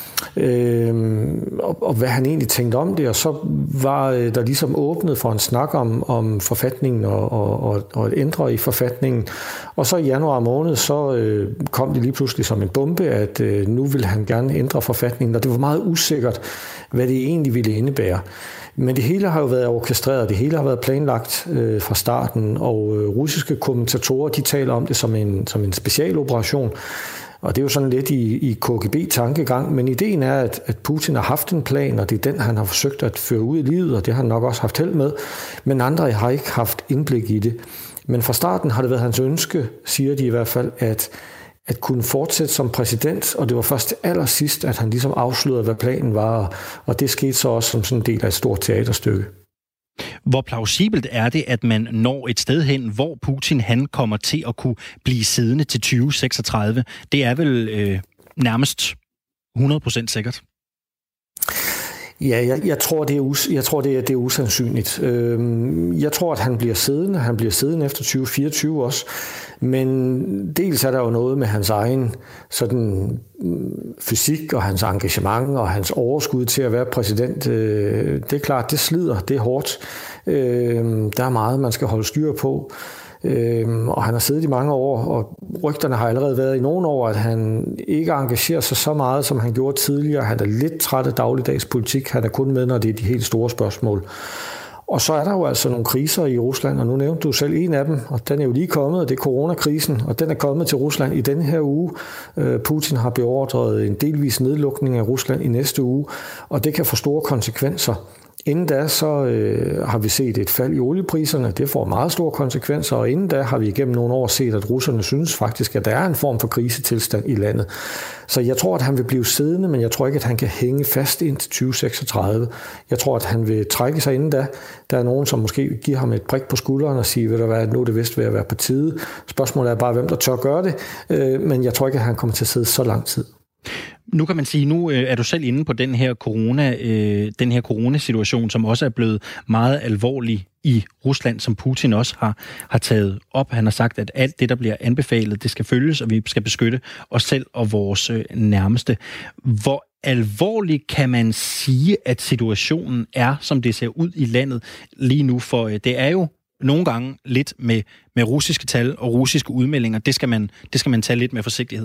Øhm, og, og hvad han egentlig tænkte om det, og så var øh, der ligesom åbnet for en snak om, om forfatningen og, og, og, og et ændre i forfatningen, og så i januar måned, så øh, kom det lige pludselig som en bombe, at øh, nu ville han gerne ændre forfatningen, og det var meget usikkert, hvad det egentlig ville indebære. Men det hele har jo været orkestreret, det hele har været planlagt øh, fra starten, og øh, russiske kommentatorer, de taler om det som en, som en specialoperation. Og det er jo sådan lidt i, i K G B-tankegang, men ideen er, at, at Putin har haft en plan, og det er den, han har forsøgt at føre ud i livet, og det har han nok også haft held med, men andre har ikke haft indblik i det. Men fra starten har det været hans ønske, siger de i hvert fald, at, at kunne fortsætte som præsident, og det var først til allersidst, at han ligesom afslørede, hvad planen var, og det skete så også som sådan en del af et stort teaterstykke. Hvor plausibelt er det, at man når et sted hen, hvor Putin han kommer til at kunne blive siddende til tyve seksogtredive? Det er vel øh, nærmest hundrede procent sikkert. Ja, jeg, jeg tror, det er, us, jeg tror det, er, det er usandsynligt. Øhm, jeg tror, at han bliver siddende. Han bliver siddende efter tyve fireogtyve også. Men dels er der jo noget med hans egen sådan, fysik og hans engagement og hans overskud til at være præsident. Øh, det er klart, det slider, det er hårdt. Øh, der er meget, man skal holde styr på. Øhm, og han har siddet i mange år, og rygterne har allerede været i nogle år, at han ikke engagerer sig så meget, som han gjorde tidligere. Han er lidt træt af dagligdags politik. Han er kun med, når det er de helt store spørgsmål. Og så er der jo altså nogle kriser i Rusland, og nu nævnte du selv en af dem, og den er jo lige kommet, og det er coronakrisen, og den er kommet til Rusland i denne her uge. Putin har beordret en delvis nedlukning af Rusland i næste uge, og det kan få store konsekvenser. Inden da så øh, har vi set et fald i oliepriserne. Det får meget store konsekvenser, og inden da har vi igennem nogle år set, at russerne synes faktisk, at der er en form for krisetilstand i landet. Så jeg tror, at han vil blive siddende, men jeg tror ikke, at han kan hænge fast indtil tyve seksogtredive. Jeg tror, at han vil trække sig inden da. Der er nogen, som måske giver ham et prik på skulderen og siger, ved du hvad, nu er det vist ved at være på tide. Spørgsmålet er bare, hvem der tør gøre det, øh, men jeg tror ikke, at han kommer til at sidde så lang tid. Nu kan man sige, nu øh, er du selv inde på den her corona, øh, den her coronasituation, som også er blevet meget alvorlig i Rusland, som Putin også har, har taget op. Han har sagt, at alt det, der bliver anbefalet, det skal følges, og vi skal beskytte os selv og vores øh, nærmeste. Hvor alvorlig kan man sige, at situationen er, som det ser ud i landet lige nu? For øh, det er jo nogle gange lidt med, med russiske tal og russiske udmeldinger. Det skal man, det skal man tage lidt med forsigtighed.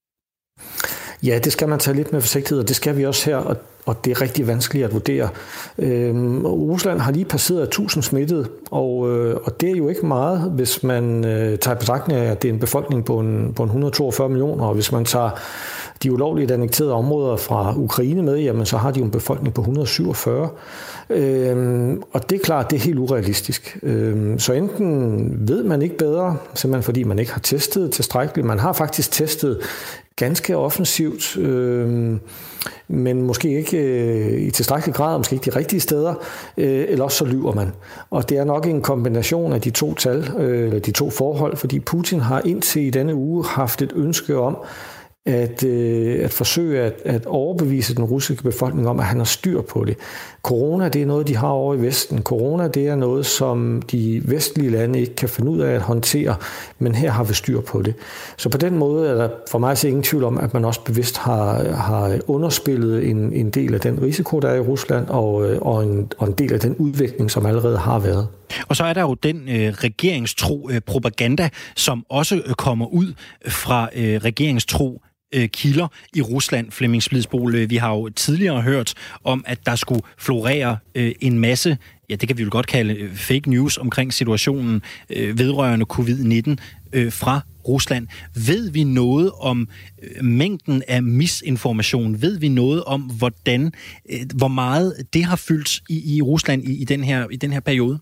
Ja, det skal man tage lidt med forsigtighed, og det skal vi også her, og, og det er rigtig vanskeligt at vurdere. Øhm, Rusland har lige passeret tusind smittede, og, øh, og det er jo ikke meget, hvis man øh, tager betragtning af, at det er en befolkning på en, på en et hundrede og toogfyrre millioner, og hvis man tager de ulovligt annekterede områder fra Ukraine med, jamen så har de jo en befolkning på et hundrede og syvogfyrre. Øhm, og det er klart, det er helt urealistisk. Øhm, så enten ved man ikke bedre, simpelthen fordi man ikke har testet tilstrækkeligt. Man har faktisk testet ganske offensivt, øh, men måske ikke øh, i tilstrækkelig grad, måske ikke de rigtige steder, øh, eller også så lyver man. Og det er nok en kombination af de to tal, øh, eller de to forhold, fordi Putin har indtil i denne uge haft et ønske om at, øh, at forsøge at, at overbevise den russiske befolkning om, at han har styr på det. Corona, det er noget, de har over i Vesten. Corona, det er noget, som de vestlige lande ikke kan finde ud af at håndtere, men her har vi styr på det. Så på den måde er der for mig så ingen tvivl om, at man også bevidst har, har underspillet en, en del af den risiko, der er i Rusland, og, og, en, og en del af den udvikling, som allerede har været. Og så er der jo den øh, regeringstro øh, propaganda, som også øh, kommer ud fra øh, regeringstro øh, kilder i Rusland. Flemming Splidsboel, øh, vi har jo tidligere hørt om, at der skulle florere øh, en masse, ja, det kan vi jo godt kalde øh, fake news omkring situationen øh, vedrørende covid nitten øh, fra Rusland. Ved vi noget om øh, mængden af misinformation? Ved vi noget om, hvordan, øh, hvor meget det har fyldt i, i Rusland i, i, den her, i den her periode?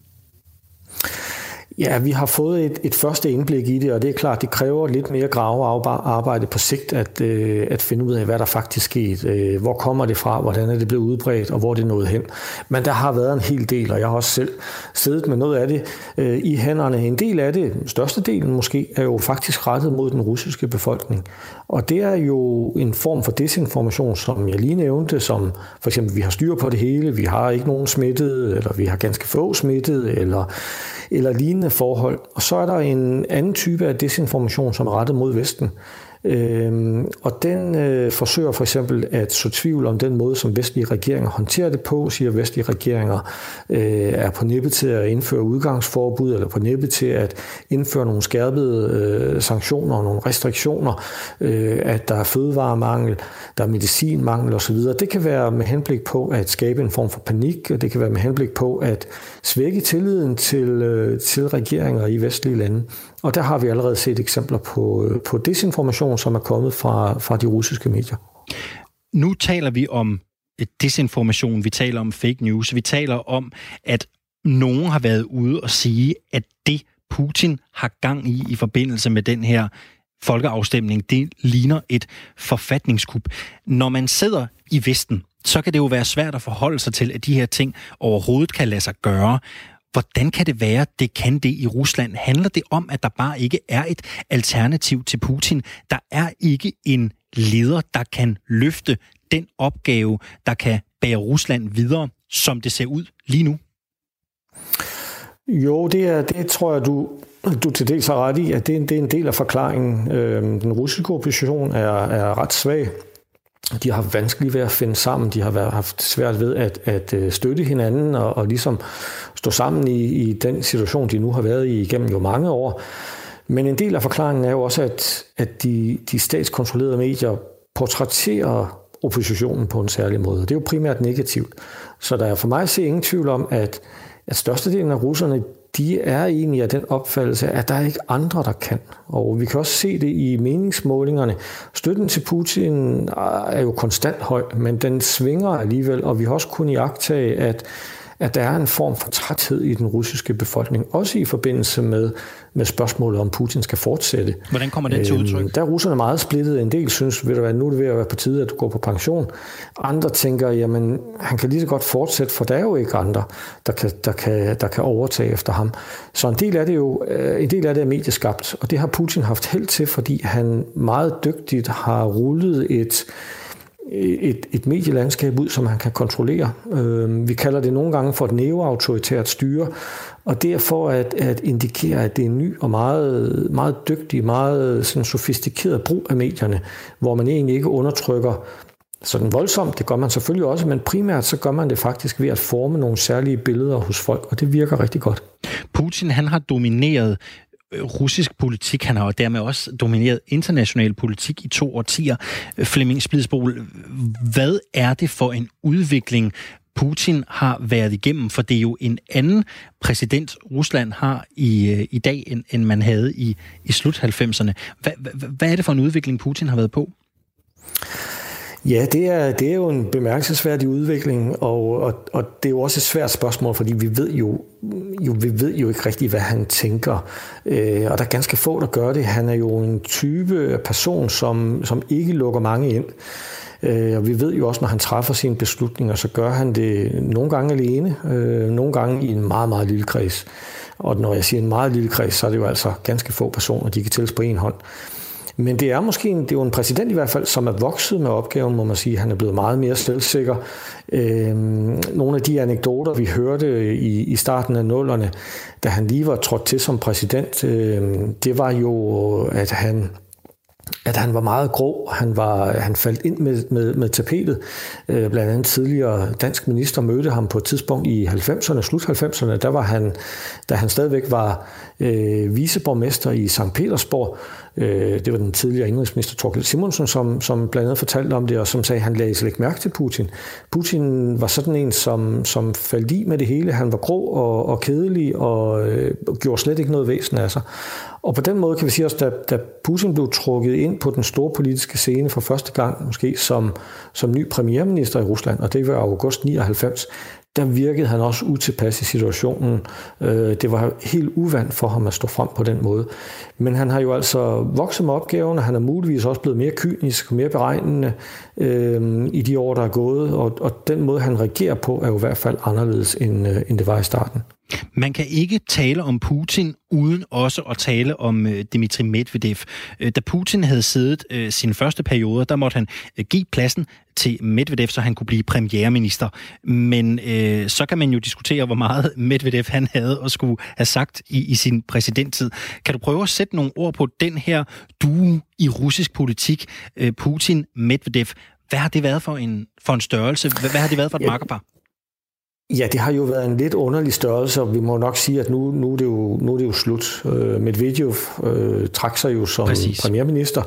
Ja, vi har fået et, et første indblik i det, og det er klart, det kræver lidt mere gravearbejde på sigt at, øh, at finde ud af, hvad der faktisk skete. Øh, hvor kommer det fra, hvordan er det blevet udbredt, og hvor er det nået hen. Men der har været en hel del, og jeg har også selv siddet med noget af det øh, i hænderne. En del af det, størstedelen måske, er jo faktisk rettet mod den russiske befolkning. Og det er jo en form for desinformation, som jeg lige nævnte, som for eksempel, vi har styr på det hele, vi har ikke nogen smittet, eller vi har ganske få smittet, eller, eller lignende forhold. Og så er der en anden type af desinformation, som er rettet mod Vesten. Øhm, og den øh, forsøger for eksempel at så tvivl om den måde, som vestlige regeringer håndterer det på, siger vestlige regeringer øh, er på nippet til at indføre udgangsforbud, eller på nippet til at indføre nogle skærpede øh, sanktioner og nogle restriktioner, øh, at der er fødevaremangel, der er medicinmangel osv. Det kan være med henblik på at skabe en form for panik, og det kan være med henblik på at svække tilliden til, øh, til regeringer i vestlige lande. Og der har vi allerede set eksempler på, på desinformation, som er kommet fra, fra de russiske medier. Nu taler vi om desinformation, vi taler om fake news, vi taler om, at nogen har været ude og sige, at det Putin har gang i i forbindelse med den her folkeafstemning, det ligner et forfatningskup. Når man sidder i Vesten, så kan det jo være svært at forholde sig til, at de her ting overhovedet kan lade sig gøre. Hvordan kan det være, det kan det i Rusland? Handler det om, at der bare ikke er et alternativ til Putin? Der er ikke en leder, der kan løfte den opgave, der kan bære Rusland videre, som det ser ud lige nu? Jo, det, er, det tror jeg, du, du til dels har ret i, at det er en, det er en del af forklaringen. Den russiske opposition er, er ret svag. De har haft vanskeligt ved at finde sammen. De har været, haft svært ved at, at støtte hinanden og, og ligesom stå sammen i, i den situation, de nu har været i igennem jo mange år. Men en del af forklaringen er jo også, at, at de, de statskontrollerede medier portrætterer oppositionen på en særlig måde. Det er jo primært negativt. Så der er for mig at se ingen tvivl om, at, at størstedelen af russerne, de er egentlig af den opfattelse, at der er ikke andre, der kan. Og vi kan også se det i meningsmålingerne. Støtten til Putin er jo konstant høj, men den svinger alligevel, og vi har også kunnet iagttage, at at der er en form for træthed i den russiske befolkning, også i forbindelse med, med spørgsmålet, om Putin skal fortsætte. Hvordan kommer det til udtryk? Øhm, der er russerne meget splittet. En del synes, ved du hvad, nu er det ved at være på tide, at du går på pension. Andre tænker, jamen, han kan lige så godt fortsætte, for der er jo ikke andre, der kan, der kan, der kan overtage efter ham. Så en del af det er jo en del af det er medieskabt, og det har Putin haft held til, fordi han meget dygtigt har rullet et Et, et medielandskab ud, som han kan kontrollere. Øh, vi kalder det nogle gange for et neoautoritært styre, og det er for at, at indikere, at det er en ny og meget, meget dygtig, meget sådan sofistikeret brug af medierne, hvor man egentlig ikke undertrykker sådan voldsomt. Det gør man selvfølgelig også, men primært så gør man det faktisk ved at forme nogle særlige billeder hos folk, og det virker rigtig godt. Putin, han har domineret russisk politik, han har dermed også domineret international politik i to årtier. Flemming Splidsboel, hvad er det for en udvikling, Putin har været igennem? For det er jo en anden præsident, Rusland har i, i dag, end, end man havde i, i slut halvfemserne. Hvad, hvad, hvad er det for en udvikling, Putin har været på? Ja, det er, det er jo en bemærkelsesværdig udvikling, og, og, og det er jo også et svært spørgsmål, fordi vi ved jo, jo, vi ved jo ikke rigtigt, hvad han tænker. Øh, og der er ganske få, der gør det. Han er jo en type person, som, som ikke lukker mange ind. Øh, og vi ved jo også, når han træffer sine beslutninger, så gør han det nogle gange alene, øh, nogle gange i en meget, meget lille kreds. Og når jeg siger en meget lille kreds, så er det jo altså ganske få personer, de kan tælles på en hånd. Men det er måske en, det er jo en præsident i hvert fald, som er vokset med opgaven, må man sige. Han er blevet meget mere selvsikker. Øhm, nogle af de anekdoter, vi hørte i, i starten af nullerne, da han lige var trådt til som præsident, øhm, det var jo, at han... at han var meget grå, han, var, han faldt ind med, med, med tapetet. Øh, blandt andet tidligere dansk minister mødte ham på et tidspunkt i halvfemserne, slut halvfemserne, der var han, da han stadigvæk var øh, viceborgmester i Sankt Petersborg. Øh, det var den tidligere indrigsminister Thorkild Simonsen, som, som blandt andet fortalte om det, og som sagde, at han lagde slet ikke mærke til Putin. Putin var sådan en, som, som faldt i med det hele. Han var grå og, og kedelig og øh, gjorde slet ikke noget væsen af sig. Og på den måde kan vi sige også, da, da Putin blev trukket ind på den store politiske scene for første gang, måske som, som ny premierminister i Rusland, og det var august nioghalvfems, der virkede han også utilpas i situationen. Det var helt uvant for ham at stå frem på den måde. Men han har jo altså vokset med opgaven, og han er muligvis også blevet mere kynisk og mere beregnende øh, i de år, der er gået, og, og den måde, han regerer på, er jo i hvert fald anderledes, end, øh, end det var i starten. Man kan ikke tale om Putin uden også at tale om Dmitri Medvedev. Da Putin havde siddet øh, sine første perioder, der måtte han øh, give pladsen til Medvedev, så han kunne blive premierminister. Men øh, så kan man jo diskutere, hvor meget Medvedev han havde og skulle have sagt i, i sin præsidenttid. Kan du prøve at sætte nogle ord på den her duo i russisk politik, øh, Putin-Medvedev? Hvad har det været for en, for en størrelse? Hvad, hvad har det været for et makkerpar? Ja, det har jo været en lidt underlig størrelse, og vi må nok sige, at nu, nu, er, det jo, nu er det jo slut. Øh, Medvedev øh, trak sig jo som Præcis. premierminister,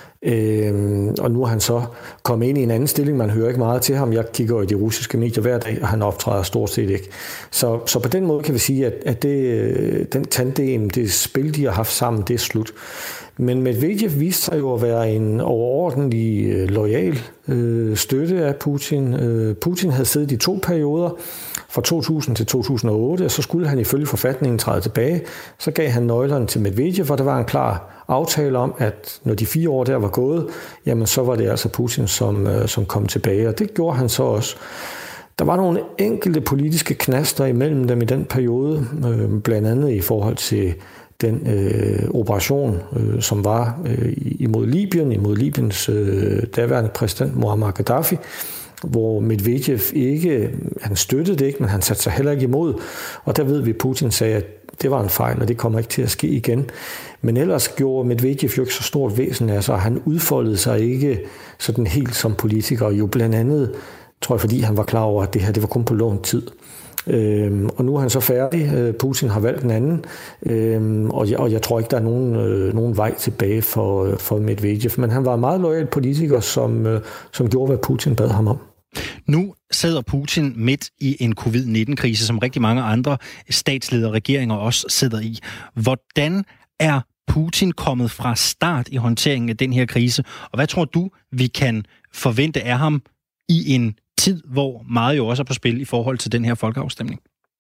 øh, og nu er han så kommet ind i en anden stilling. Man hører ikke meget til ham. Jeg kigger jo i de russiske medier hver dag, og han optræder stort set ikke. Så, så på den måde kan vi sige, at, at det, den tandem, det spil, de har haft sammen, det er slut. Men Medvedev viste sig jo at være en overordentlig øh, loyal øh, støtte af Putin. Øh, Putin havde siddet i to perioder, fra to tusind til to tusind og otte, og så skulle han ifølge forfatningen træde tilbage. Så gav han nøglerne til Medvedev, og der var en klar aftale om, at når de fire år der var gået, jamen så var det altså Putin, som, øh, som kom tilbage, og det gjorde han så også. Der var nogle enkelte politiske knaster imellem dem i den periode, øh, blandt andet i forhold til den øh, operation, øh, som var øh, imod Libyen, imod Libyens øh, daværende præsident Muammar Gaddafi, hvor Medvedev ikke, han støttede det ikke, men han satte sig heller ikke imod. Og der ved vi, at Putin sagde, at det var en fejl, og det kommer ikke til at ske igen. Men ellers gjorde Medvedev jo ikke så stort væsen af sig, og han udfoldede sig ikke sådan helt som politiker, jo blandt andet, tror jeg, fordi han var klar over, at det her det var kun på lånt tid. Øhm, og nu er han så færdig. Putin har valgt en anden, øhm, og, jeg, og jeg tror ikke, der er nogen, øh, nogen vej tilbage for, for Medvedev. Men han var en meget loyal politiker, som, øh, som gjorde, hvad Putin bad ham om. Nu sidder Putin midt i en covid nitten-krise, som rigtig mange andre statsledere og regeringer også sidder i. Hvordan er Putin kommet fra start i håndteringen af den her krise? Og hvad tror du, vi kan forvente af ham i en tid, hvor meget jo også er på spil i forhold til den her folkeafstemning?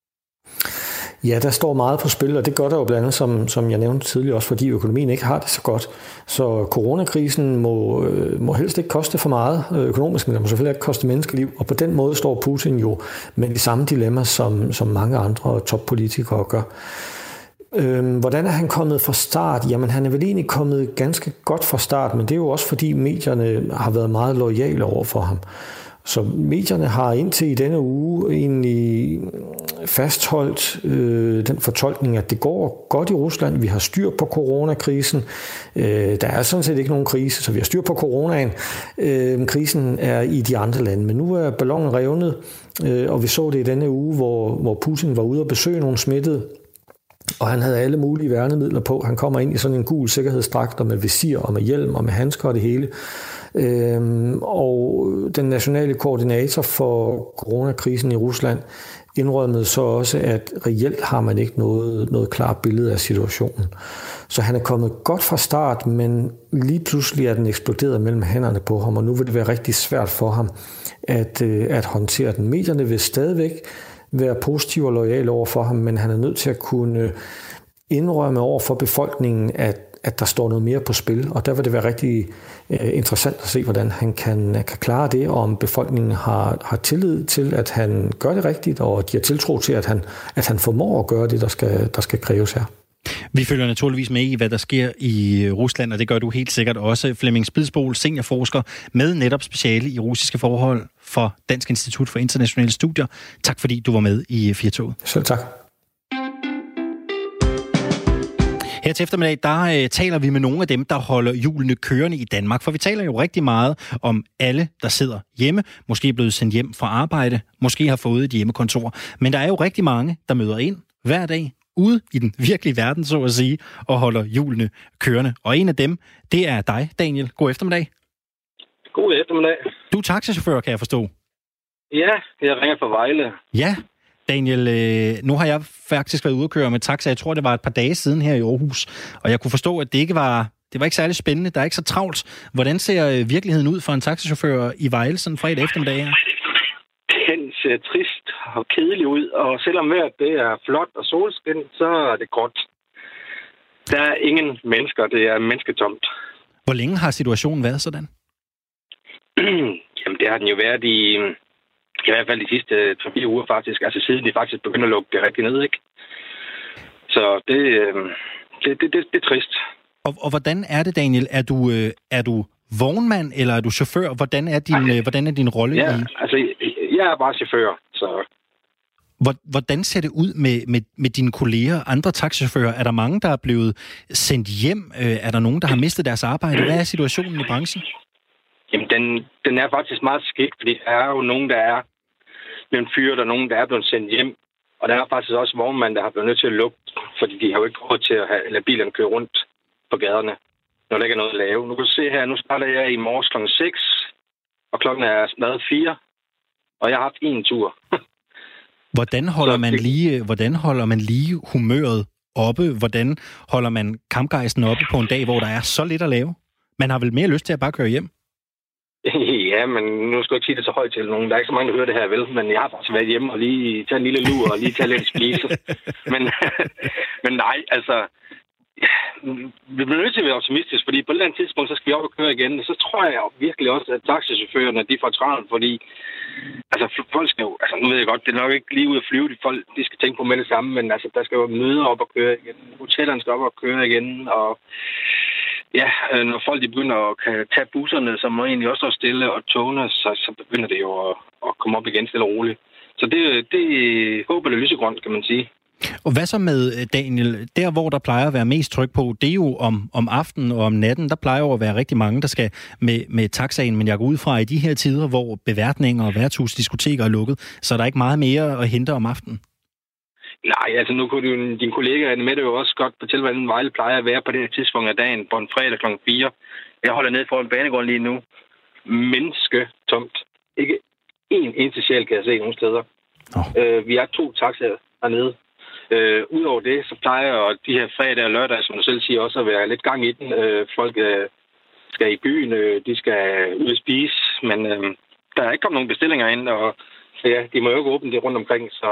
Ja, der står meget på spil, og det gør der jo blandt andet, som, som jeg nævnte tidligere, også fordi økonomien ikke har det så godt. Så coronakrisen må, må helst ikke koste for meget økonomisk, men det må selvfølgelig ikke koste menneskeliv, og på den måde står Putin jo med de samme dilemmaer, som, som mange andre toppolitikere gør. Øhm, hvordan er han kommet fra start? Jamen, han er vel egentlig kommet ganske godt fra start, men det er jo også fordi medierne har været meget loyale over for ham. Så medierne har indtil i denne uge egentlig fastholdt øh, den fortolkning, at det går godt i Rusland. Vi har styr på coronakrisen. Øh, der er sådan set ikke nogen krise, så vi har styr på coronaen. Øh, krisen er i de andre lande, men nu er ballonen revnet, øh, og vi så det i denne uge, hvor, hvor Putin var ude og besøge nogle smittede, og han havde alle mulige værnemidler på. Han kommer ind i sådan en gul sikkerhedsdragt og med visir og med hjelm og med handsker og det hele. Øhm, og den nationale koordinator for coronakrisen i Rusland indrømmede så også, at reelt har man ikke noget, noget klart billede af situationen. Så han er kommet godt fra start, men lige pludselig er den eksploderet mellem hænderne på ham, og nu vil det være rigtig svært for ham at, at håndtere den. Medierne vil stadigvæk være positive og loyale over for ham, men han er nødt til at kunne indrømme over for befolkningen, at, at der står noget mere på spil, og der vil det være rigtig uh, interessant at se, hvordan han kan, kan klare det, og om befolkningen har, har tillid til, at han gør det rigtigt, og de har tiltro til, at han, at han formår at gøre det, der skal, der skal kræves her. Vi følger naturligvis med i, hvad der sker i Rusland, og det gør du helt sikkert også. Flemming Spidsbol, seniorforsker med netop speciale i russiske forhold for Dansk Institut for Internationale Studier. Tak fordi du var med i Firtoget. Selv tak. Her til eftermiddag, der øh, taler vi med nogle af dem, der holder hjulene kørende i Danmark. For vi taler jo rigtig meget om alle, der sidder hjemme. Måske er blevet sendt hjem fra arbejde. Måske har fået et hjemmekontor. Men der er jo rigtig mange, der møder ind hver dag ude i den virkelige verden, så at sige, og holder hjulene kørende. Og en af dem, det er dig, Daniel. God eftermiddag. God eftermiddag. Du er taxachauffør, kan jeg forstå. Ja, jeg ringer fra Vejle. Ja, Daniel, øh, nu har jeg faktisk været ude at køre med taxa. Jeg tror, det var et par dage siden her i Aarhus. Og jeg kunne forstå, at det ikke var, det var ikke særlig spændende. Der er ikke så travlt. Hvordan ser virkeligheden ud for en taxachauffør i Vejle sådan fredag eftermiddag her? Den ser trist og kedelig ud. Og selvom vejret det er flot og solskin, så er det gråt. Der er ingen mennesker. Det er mennesketomt. Hvor længe har situationen været sådan? Jamen, det har den jo været i... I hvert fald de sidste tre fire uger faktisk. Altså siden de faktisk begynder at lukke det rigtig ned, ikke? Så det, øh, det, det, det, det er trist. Og, og hvordan er det, Daniel? Er du, øh, er du vognmand, eller er du chauffør? Hvordan er din, øh, hvordan er din rolle? Ja, i... altså jeg er bare chauffør, så... Hvordan ser det ud med, med, med dine kolleger, andre taxichauffører? Er der mange, der er blevet sendt hjem? Er der nogen, der har mistet deres arbejde? Hvad er situationen i branchen? Jamen, den, den er faktisk meget skidt, fordi der er jo nogen, der er blevet fyret, og nogen, der er blevet sendt hjem. Og der er faktisk også vognmænd, der har blevet nødt til at lukke, fordi de har jo ikke råd til at have, lade bilerne køre rundt på gaderne, når der ikke er noget at lave. Nu kan du se her, nu starter jeg i morges klokken seks, og klokken er smadret fire, og jeg har haft en tur. Hvordan holder man lige, hvordan holder man lige humøret oppe? Hvordan holder man kampgejsten oppe på en dag, hvor der er så lidt at lave? Man har vel mere lyst til at bare køre hjem? Ja, men nu skal jeg ikke sige det så højt til nogen. Der er ikke så mange, der hører det her, vel? Men jeg har faktisk været hjemme og lige tage en lille lur og lige tage lidt spise. men, men nej, altså... Vi bliver nødt til at være optimistisk, fordi på et eller andet tidspunkt, så skal vi op og køre igen. Og så tror jeg virkelig også, at taxichaufførerne, de får travlt, fordi... Altså, folk skal jo... Altså, nu ved jeg godt, det er nok ikke lige ud at flyve. De folk, de skal tænke på med det samme, men altså, der skal jo møder op og køre igen. Hotellerne skal op og køre igen, og... Ja, når folk de begynder at kan tage busserne, som må egentlig også stå stille, og togene, så, så begynder det jo at, at komme op igen stille og roligt. Så det, det håber det lysegrønt, kan man sige. Og hvad så med, Daniel, der hvor der plejer at være mest tryk på, det er jo om, om aftenen og om natten, der plejer jo at være rigtig mange, der skal med, med taxaen, men jeg går ud fra i de her tider, hvor beværtninger og værtshusdiskoteker er lukket, så er der ikke meget mere at hente om aftenen. Nej, altså nu kunne du, din kollega med det jo også godt fortælle, hvordan Vejle plejer at være på det her tidspunkt af dagen, på en fredag klokken fire. Jeg holder ned foran banegården lige nu. Menneske tomt. Ikke én eneste sjæl kan jeg se nogen steder. Oh. Øh, vi er to taxaer hernede. Øh, Udover det, så plejer de her fredag og lørdag, som du selv siger, også at være lidt gang i den. Øh, folk øh, skal i byen, øh, de skal ud og spise, men øh, der er ikke kommet nogen bestillinger ind, og ja, de må jo ikke åbne det rundt omkring, så...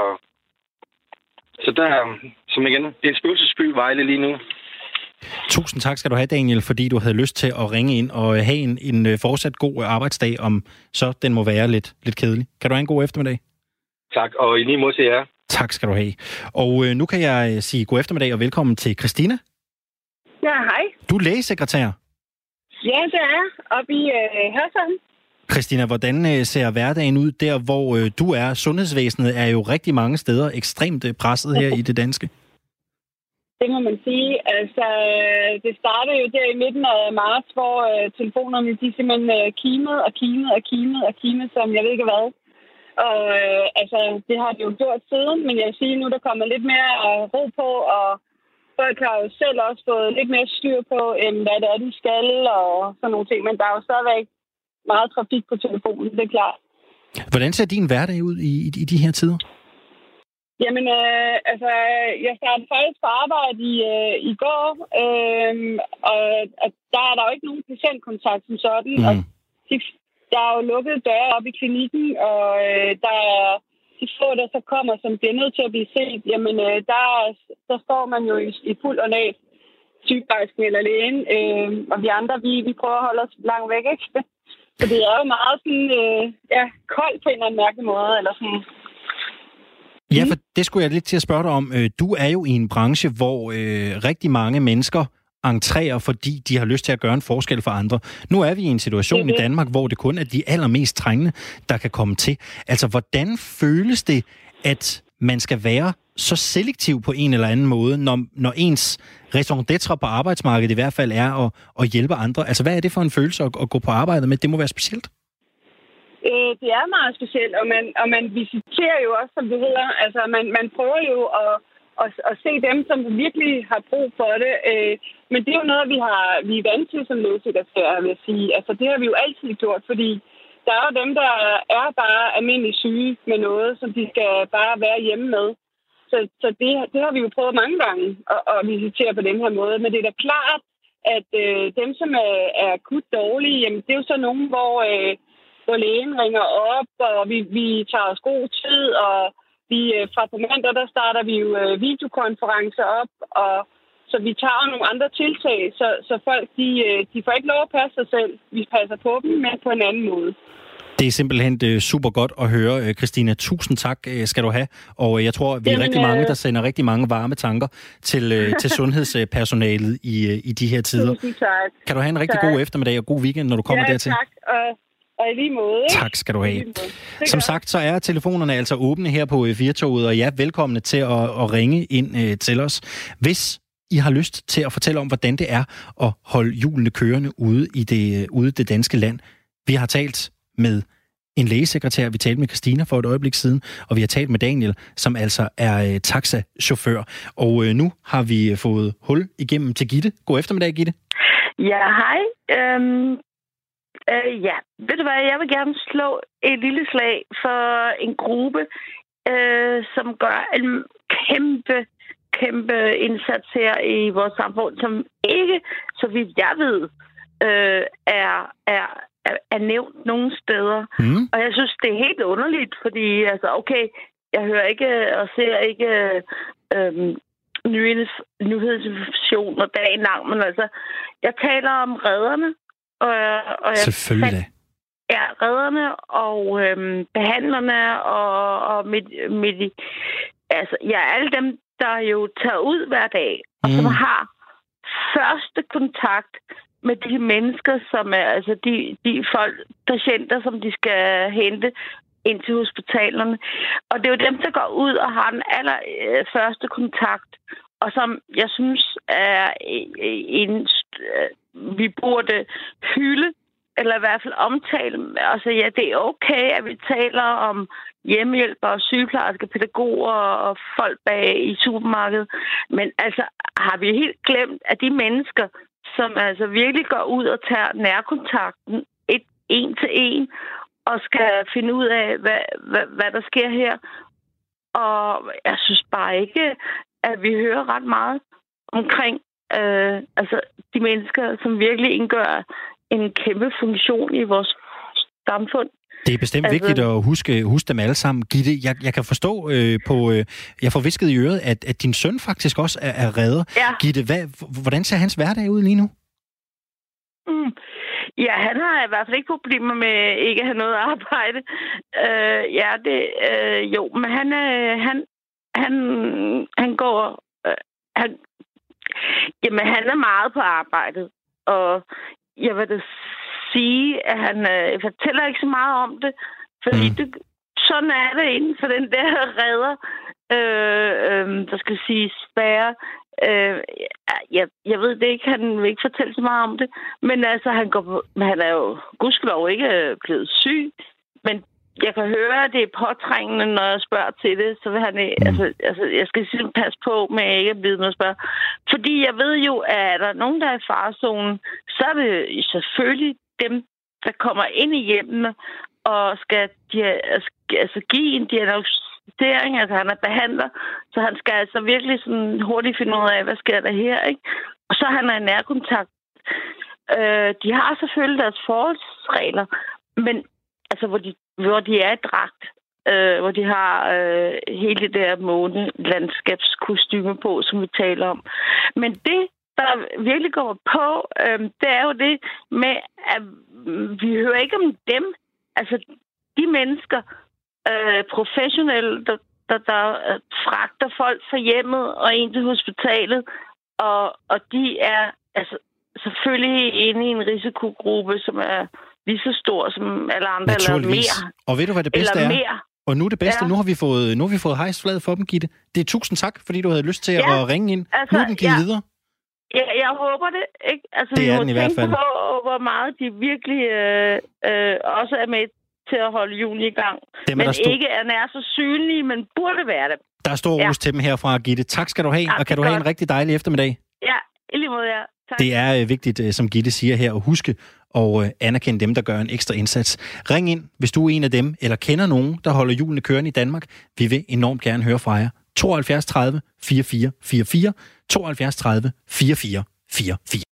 Så der, som igen, det er en spøgelsesby Vejle lige nu. Tusind tak skal du have, Daniel, fordi du havde lyst til at ringe ind og have en, en fortsat god arbejdsdag, om så den må være lidt, lidt kedelig. Kan du have en god eftermiddag? Tak, og i lige måde til jer. Tak skal du have. Og øh, nu kan jeg sige god eftermiddag og velkommen til Christina. Ja, hej. Du er lægesekretær. Ja, det er jeg. Oppe i øh, Hørsholm. Christina, hvordan ser hverdagen ud der, hvor øh, du er? Sundhedsvæsenet er jo rigtig mange steder ekstremt presset her i det danske. Det må man sige. Altså, det startede jo der i midten af marts, hvor øh, telefonerne de simpelthen øh, kimede og kimede og kimede og kimede, som jeg ved ikke hvad. Og øh, altså, det har det jo gjort siden, men jeg vil sige, nu der kommer lidt mere øh, ro på, og folk har jo selv også fået lidt mere styr på, end hvad det er, de skal, og sådan nogle ting. Men der er jo stadigvæk meget trafik på telefonen, det er klart. Hvordan ser din hverdag ud i, i, i de her tider? Jamen, øh, altså, jeg startede faktisk på arbejde i, øh, i går, øh, og at der er der jo ikke nogen patientkontakt som sådan. Mm. Og de, der er jo lukket døre op i klinikken, og øh, der er de få, der så kommer, som bliver nødt til at blive set. Jamen, øh, der, der står man jo i, i fuld ornat, sygeplejersken eller lægen, øh, og vi andre, vi, vi prøver at holde os langt væk, ikke? Så det er jo meget sådan, øh, ja, koldt på en eller anden mærkelig måde, eller sådan. Ja, for det skulle jeg lidt til at spørge dig om. Du er jo i en branche, hvor øh, rigtig mange mennesker entrerer, fordi de har lyst til at gøre en forskel for andre. Nu er vi i en situation mm-hmm. i Danmark, hvor det kun er de allermest trængende, der kan komme til. Altså, hvordan føles det, at man skal være så selektiv på en eller anden måde, når, når ens raison d'être på arbejdsmarkedet i hvert fald er at, at hjælpe andre? Altså, hvad er det for en følelse at, at gå på arbejde med? Det må være specielt. Øh, det er meget specielt, og man, og man visiterer jo også, som det hedder. Altså, man, man prøver jo at, at, at se dem, som virkelig har brug for det. Øh, men det er jo noget, vi, har, vi er vant til som lægesekretærer, vil jeg sige. Altså, det har vi jo altid gjort, fordi der er jo dem, der er bare almindeligt syge med noget, som de skal bare være hjemme med. Så, så det, det har vi jo prøvet mange gange at, at visitere på den her måde. Men det er da klart, at øh, dem, som er, er akut dårlige, jamen, det er jo så nogen, hvor... Øh, hvor lægen ringer op, og vi, vi tager os god tid, og vi fra Momenter, der starter vi jo videokonferencer op, og så vi tager nogle andre tiltag, så, så folk, de, de får ikke lov at passe sig selv. Vi passer på dem, men på en anden måde. Det er simpelthen super godt at høre, Christina. Tusind tak skal du have, og jeg tror, vi er Jamen, rigtig mange, der sender rigtig mange varme tanker til, til sundhedspersonalet i, i de her tider. Tusind tak. Kan du have en rigtig tak. god eftermiddag og god weekend, når du kommer ja, dertil? Tak, og Og i lige måde. Tak skal du have. Som sagt, så er telefonerne altså åbne her på fire-toget, og ja, velkomne til at, at ringe ind øh, til os. Hvis I har lyst til at fortælle om, hvordan det er at holde hjulene kørende ude i det, ude i det danske land. Vi har talt med en lægesekretær, vi talte med Christina for et øjeblik siden, og vi har talt med Daniel, som altså er øh, taxachauffør. Og øh, nu har vi fået hul igennem til Gitte. God eftermiddag, Gitte. Ja, hej. Øhm Uh, ja, ved du hvad, jeg vil gerne slå et lille slag for en gruppe, uh, som gør en kæmpe, kæmpe indsats her i vores samfund, som ikke, så vidt jeg ved, uh, er, er, er, er nævnt nogen steder. Mm. Og jeg synes, det er helt underligt, fordi, altså, okay, jeg hører ikke og ser ikke uh, nyhedsinformationer dagen lang, men altså, jeg taler om redderne. Og, og jeg Selvfølgelig. Ja, redderne og øhm, behandlerne og, og med, med, altså, ja, alle dem, der jo tager ud hver dag, og mm. som har første kontakt med de mennesker, som er, altså de, de folk, patienter, som de skal hente ind til hospitalerne. Og det er jo dem, der går ud og har den aller øh, første kontakt, og som jeg synes er en... Øh, vi burde hylde, eller i hvert fald omtale. Altså ja, det er okay, at vi taler om hjemmehjælpere, sygeplejersker, pædagoger og folk bag i supermarkedet. Men altså, har vi helt glemt, at de mennesker, som altså virkelig går ud og tager nærkontakten et, en til en, og skal finde ud af, hvad, hvad, hvad der sker her. Og jeg synes bare ikke, at vi hører ret meget omkring Øh, altså de mennesker, som virkelig indgør en kæmpe funktion i vores samfund. Det er bestemt altså vigtigt at huske, huske dem alle sammen. Gitte, jeg, jeg kan forstå øh, på... Øh, jeg får visket i øret, at, at din søn faktisk også er, er redder. Ja. Gitte, hvad, hvordan ser hans hverdag ud lige nu? Mm. Ja, han har i hvert fald ikke problemer med ikke at have noget arbejde. Øh, ja, det... Øh, jo, men han, øh, han, han, han går... Øh, han, Jamen, han er meget på arbejdet, og jeg vil da sige, at han øh, fortæller ikke så meget om det, fordi mm. det, sådan er det inden for den der redder, øh, øh, der skal sige spærre. Øh, jeg, jeg ved det ikke, han vil ikke fortælle så meget om det, men altså, han, går på, han er jo gudskelov ikke blevet syg, men jeg kan høre, at det er påtrængende, når jeg spørger til det, så vil han mm. altså, altså, jeg skal simpelthen passe på med ikke at blive med at spørge. Fordi jeg ved jo, at er der nogen, der er i farezonen, så er det selvfølgelig dem, der kommer ind i hjemmene og skal altså, give en diagnostisering, altså han er behandler, så han skal altså virkelig sådan hurtigt finde ud af, hvad sker der her, ikke? Og så han er i nærkontakt. Øh, de har selvfølgelig deres forholdsregler, men altså, hvor de, hvor de er i dragt, øh, hvor de har øh, hele det der månelandskabskostyme på, som vi taler om. Men det, der virkelig går på, øh, det er jo det med, at vi hører ikke om dem. Altså, de mennesker, øh, professionelle, der, der, der fragter folk fra hjemmet og ind til hospitalet, og, og de er altså selvfølgelig inde i en risikogruppe, som er lige så stor som alle andre, eller mere. Og ved du, hvad det bedste eller er? Mere. Og nu er det bedste, ja. nu har vi fået, nu har vi fået hejst flaget for dem, Gitte. Det er tusind tak, fordi du havde lyst til ja, at ringe ind. Altså, nu er den givet ja. videre. Ja, jeg håber det, ikke? Altså, det er den i hvert fald. På, hvor meget de virkelig øh, øh, også er med til at holde julen i gang. Dem, men stor... ikke er nær så synlige, men burde være det. Der er stor ros ja. til dem herfra, Gitte. Tak skal du have, ja, og kan du godt. have en rigtig dejlig eftermiddag. Ja, i lige måde, ja. Tak. Det er øh, vigtigt, øh, som Gitte siger her, at huske og øh, anerkende dem, der gør en ekstra indsats. Ring ind, hvis du er en af dem, eller kender nogen, der holder julene kørende i Danmark. Vi vil enormt gerne høre fra jer. tooghalvfjerds tredive fireogfyrre fireogfyrre, tooghalvfjerds tredive fireogfyrre fireogfyrre.